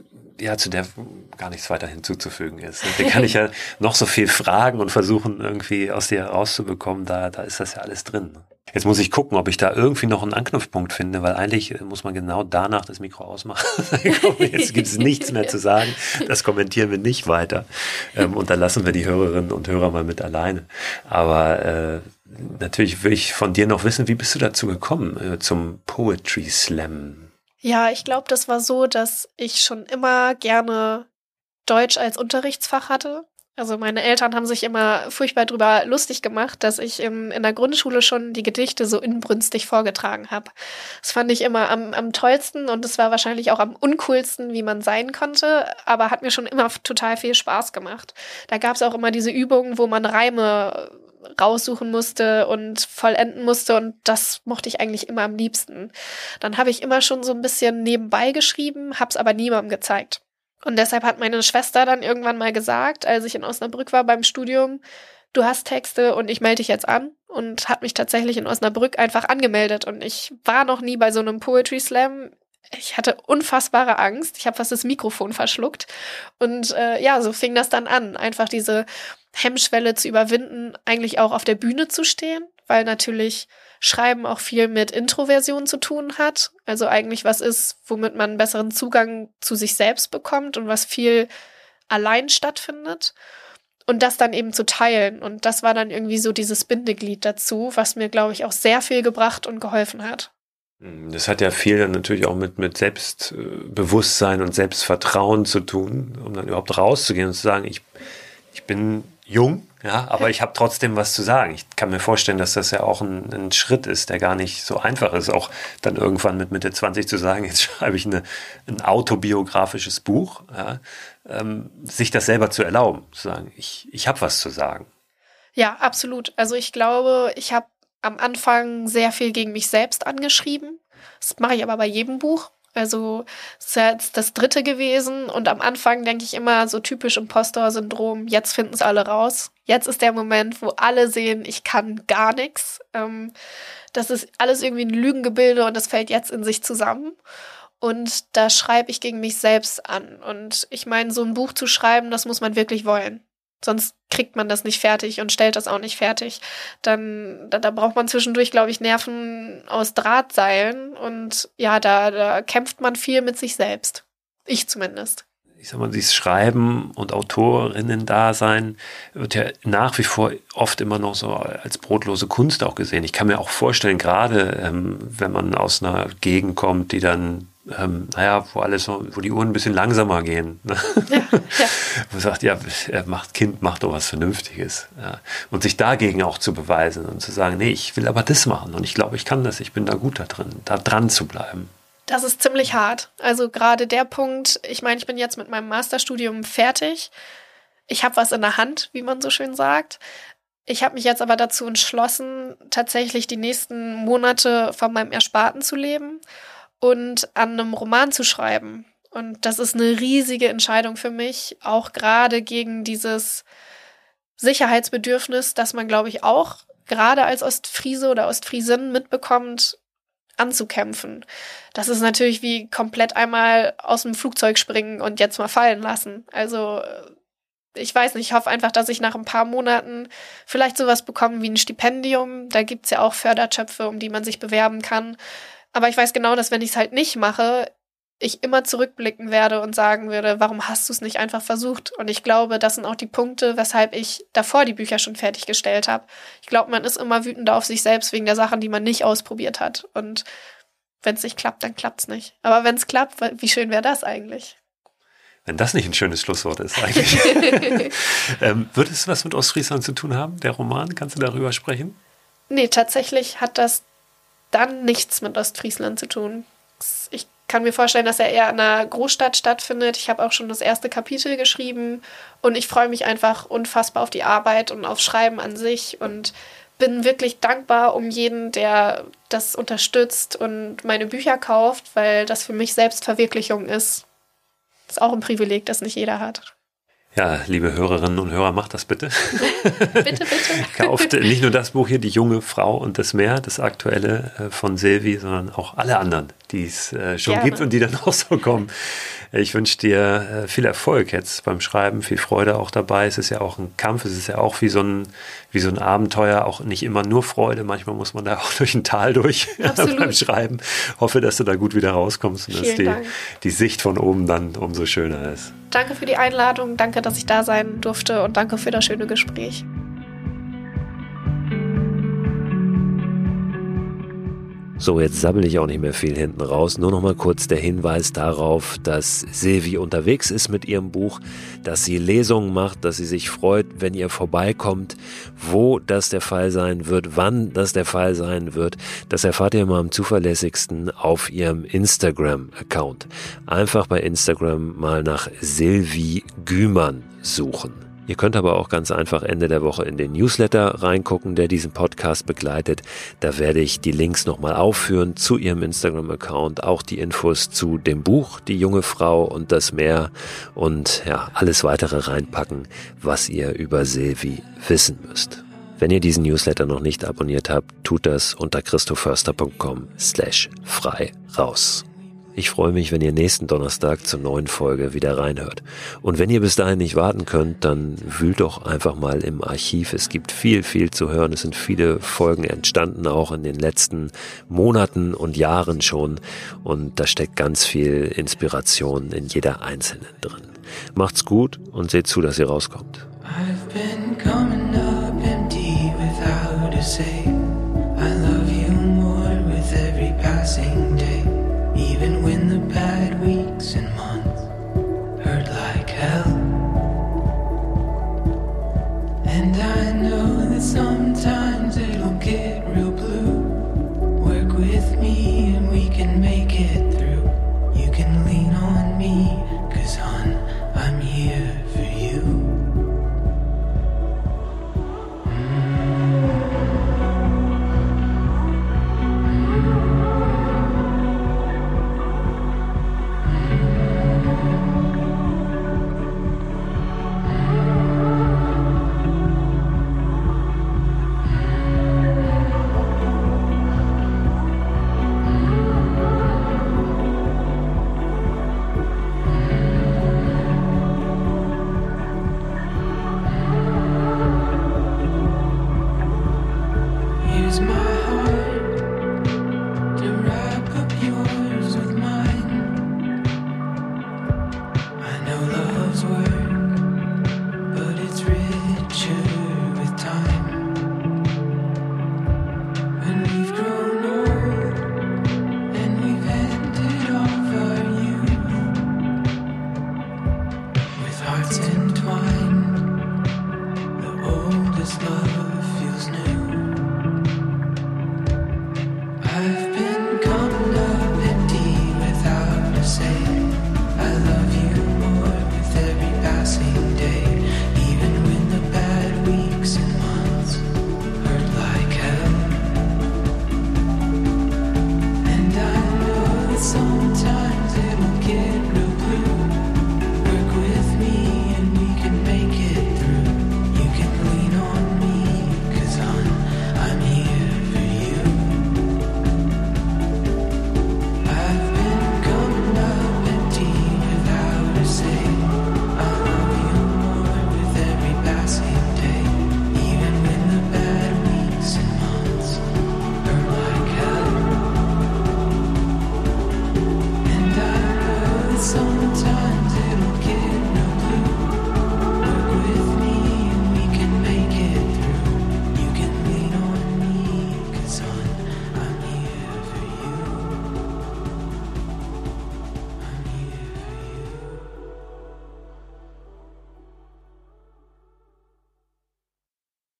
ja, zu der gar nichts weiter hinzuzufügen ist. Da kann ich ja noch so viel fragen und versuchen, irgendwie aus dir herauszubekommen. Da, da ist das ja alles drin. Jetzt muss ich gucken, ob ich da irgendwie noch einen Anknüpfpunkt finde, weil eigentlich muss man genau danach das Mikro ausmachen. Jetzt gibt es nichts mehr zu sagen. Das kommentieren wir nicht weiter. Und dann lassen wir die Hörerinnen und Hörer mal mit alleine. Aber äh, natürlich will ich von dir noch wissen, wie bist du dazu gekommen, äh, zum Poetry Slam? Ja, ich glaube, das war so, dass ich schon immer gerne Deutsch als Unterrichtsfach hatte. Also meine Eltern haben sich immer furchtbar drüber lustig gemacht, dass ich in, in der Grundschule schon die Gedichte so inbrünstig vorgetragen habe. Das fand ich immer am, am tollsten und es war wahrscheinlich auch am uncoolsten, wie man sein konnte, aber hat mir schon immer total viel Spaß gemacht. Da gab es auch immer diese Übungen, wo man Reime raussuchen musste und vollenden musste und das mochte ich eigentlich immer am liebsten. Dann habe ich immer schon so ein bisschen nebenbei geschrieben, habe es aber niemandem gezeigt. Und deshalb hat meine Schwester dann irgendwann mal gesagt, als ich in Osnabrück war beim Studium, du hast Texte und ich melde dich jetzt an, und hat mich tatsächlich in Osnabrück einfach angemeldet und ich war noch nie bei so einem Poetry Slam. Ich hatte unfassbare Angst, ich habe fast das Mikrofon verschluckt und äh, ja, so fing das dann an, einfach diese Hemmschwelle zu überwinden, eigentlich auch auf der Bühne zu stehen, weil natürlich Schreiben auch viel mit Introversion zu tun hat, also eigentlich was ist, womit man einen besseren Zugang zu sich selbst bekommt und was viel allein stattfindet und das dann eben zu teilen, und das war dann irgendwie so dieses Bindeglied dazu, was mir, glaube ich, auch sehr viel gebracht und geholfen hat. Das hat ja viel dann natürlich auch mit, mit Selbstbewusstsein und Selbstvertrauen zu tun, um dann überhaupt rauszugehen und zu sagen, ich, ich bin jung, ja, aber ich habe trotzdem was zu sagen. Ich kann mir vorstellen, dass das ja auch ein, ein Schritt ist, der gar nicht so einfach ist, auch dann irgendwann mit Mitte zwanzig zu sagen, jetzt schreibe ich eine, ein autobiografisches Buch, ja, ähm, sich das selber zu erlauben, zu sagen, ich, ich habe was zu sagen. Ja, absolut. Also ich glaube, ich habe am Anfang sehr viel gegen mich selbst angeschrieben. Das mache ich aber bei jedem Buch. Also es ist jetzt das dritte gewesen und am Anfang denke ich immer so typisch Impostor-Syndrom, jetzt finden es alle raus. Jetzt ist der Moment, wo alle sehen, ich kann gar nichts. Ähm, das ist alles irgendwie ein Lügengebilde und das fällt jetzt in sich zusammen. Und da schreibe ich gegen mich selbst an. Und ich meine, so ein Buch zu schreiben, das muss man wirklich wollen. Sonst kriegt man das nicht fertig und stellt das auch nicht fertig. Dann, da, da braucht man zwischendurch, glaube ich, Nerven aus Drahtseilen. Und ja, da, da kämpft man viel mit sich selbst. Ich zumindest. Ich sag mal, dieses Schreiben und Autorinnen-Dasein wird ja nach wie vor oft immer noch so als brotlose Kunst auch gesehen. Ich kann mir auch vorstellen, gerade ähm, wenn man aus einer Gegend kommt, die dann Ähm, naja, wo alles so, wo die Uhren ein bisschen langsamer gehen. Ne? Ja, ja. Man sagt, ja, macht Kind, macht doch was Vernünftiges. Ja. Und sich dagegen auch zu beweisen und zu sagen, nee, ich will aber das machen und ich glaube, ich kann das, ich bin da gut da drin, da dran zu bleiben. Das ist ziemlich hart. Also gerade der Punkt, ich meine, ich bin jetzt mit meinem Masterstudium fertig. Ich habe was in der Hand, wie man so schön sagt. Ich habe mich jetzt aber dazu entschlossen, tatsächlich die nächsten Monate von meinem Ersparten zu leben und an einem Roman zu schreiben. Und das ist eine riesige Entscheidung für mich, auch gerade gegen dieses Sicherheitsbedürfnis, das man, glaube ich, auch gerade als Ostfriese oder Ostfriesin mitbekommt, anzukämpfen. Das ist natürlich wie komplett einmal aus dem Flugzeug springen und jetzt mal fallen lassen. Also ich weiß nicht, ich hoffe einfach, dass ich nach ein paar Monaten vielleicht sowas bekomme wie ein Stipendium. Da gibt's ja auch Fördertöpfe, um die man sich bewerben kann. Aber ich weiß genau, dass wenn ich es halt nicht mache, ich immer zurückblicken werde und sagen würde, warum hast du es nicht einfach versucht? Und ich glaube, das sind auch die Punkte, weshalb ich davor die Bücher schon fertiggestellt habe. Ich glaube, man ist immer wütender auf sich selbst wegen der Sachen, die man nicht ausprobiert hat. Und wenn es nicht klappt, dann klappt es nicht. Aber wenn es klappt, wie schön wäre das eigentlich? Wenn das nicht ein schönes Schlusswort ist eigentlich. ähm, wird es was mit Ostfriesland zu tun haben, der Roman? Kannst du darüber sprechen? Nee, tatsächlich hat das dann nichts mit Ostfriesland zu tun. Ich kann mir vorstellen, dass er eher in einer Großstadt stattfindet. Ich habe auch schon das erste Kapitel geschrieben und ich freue mich einfach unfassbar auf die Arbeit und aufs Schreiben an sich und bin wirklich dankbar um jeden, der das unterstützt und meine Bücher kauft, weil das für mich Selbstverwirklichung ist. Das ist auch ein Privileg, das nicht jeder hat. Ja, liebe Hörerinnen und Hörer, macht das bitte. bitte, bitte. Kauft nicht nur das Buch hier, Die junge Frau und das Meer, das aktuelle äh, von Silvi, sondern auch alle anderen, die es äh, schon Gerne. gibt und die dann auch so kommen. Ich wünsche dir äh, viel Erfolg jetzt beim Schreiben, viel Freude auch dabei. Es ist ja auch ein Kampf, es ist ja auch wie so ein, wie so ein Abenteuer, auch nicht immer nur Freude. Manchmal muss man da auch durch ein Tal durch beim Schreiben. Hoffe, dass du da gut wieder rauskommst und Vielen dass die, Dank. die Sicht von oben dann umso schöner ist. Danke für die Einladung, danke, dass ich da sein durfte und danke für das schöne Gespräch. So, jetzt sabbel ich auch nicht mehr viel hinten raus. Nur noch mal kurz der Hinweis darauf, dass Silvi unterwegs ist mit ihrem Buch, dass sie Lesungen macht, dass sie sich freut, wenn ihr vorbeikommt. Wo das der Fall sein wird, wann das der Fall sein wird, das erfahrt ihr immer am zuverlässigsten auf ihrem Instagram-Account. Einfach bei Instagram mal nach Silvi Gümann suchen. Ihr könnt aber auch ganz einfach Ende der Woche in den Newsletter reingucken, der diesen Podcast begleitet. Da werde ich die Links nochmal aufführen zu ihrem Instagram-Account, auch die Infos zu dem Buch Die junge Frau und das Meer und ja, alles weitere reinpacken, was ihr über Silvi wissen müsst. Wenn ihr diesen Newsletter noch nicht abonniert habt, tut das unter christoförster punkt com slash frei raus. Ich freue mich, wenn ihr nächsten Donnerstag zur neuen Folge wieder reinhört. Und wenn ihr bis dahin nicht warten könnt, dann wühlt doch einfach mal im Archiv. Es gibt viel, viel zu hören. Es sind viele Folgen entstanden, auch in den letzten Monaten und Jahren schon. Und da steckt ganz viel Inspiration in jeder einzelnen drin. Macht's gut und seht zu, dass ihr rauskommt. I've been coming up empty without a say. I love you more with every passing day. Even when the bad weeks and months hurt like hell. And I know that sometimes it'll get real blue. Work with me and we can make it through. You can lean on me, 'cause I'm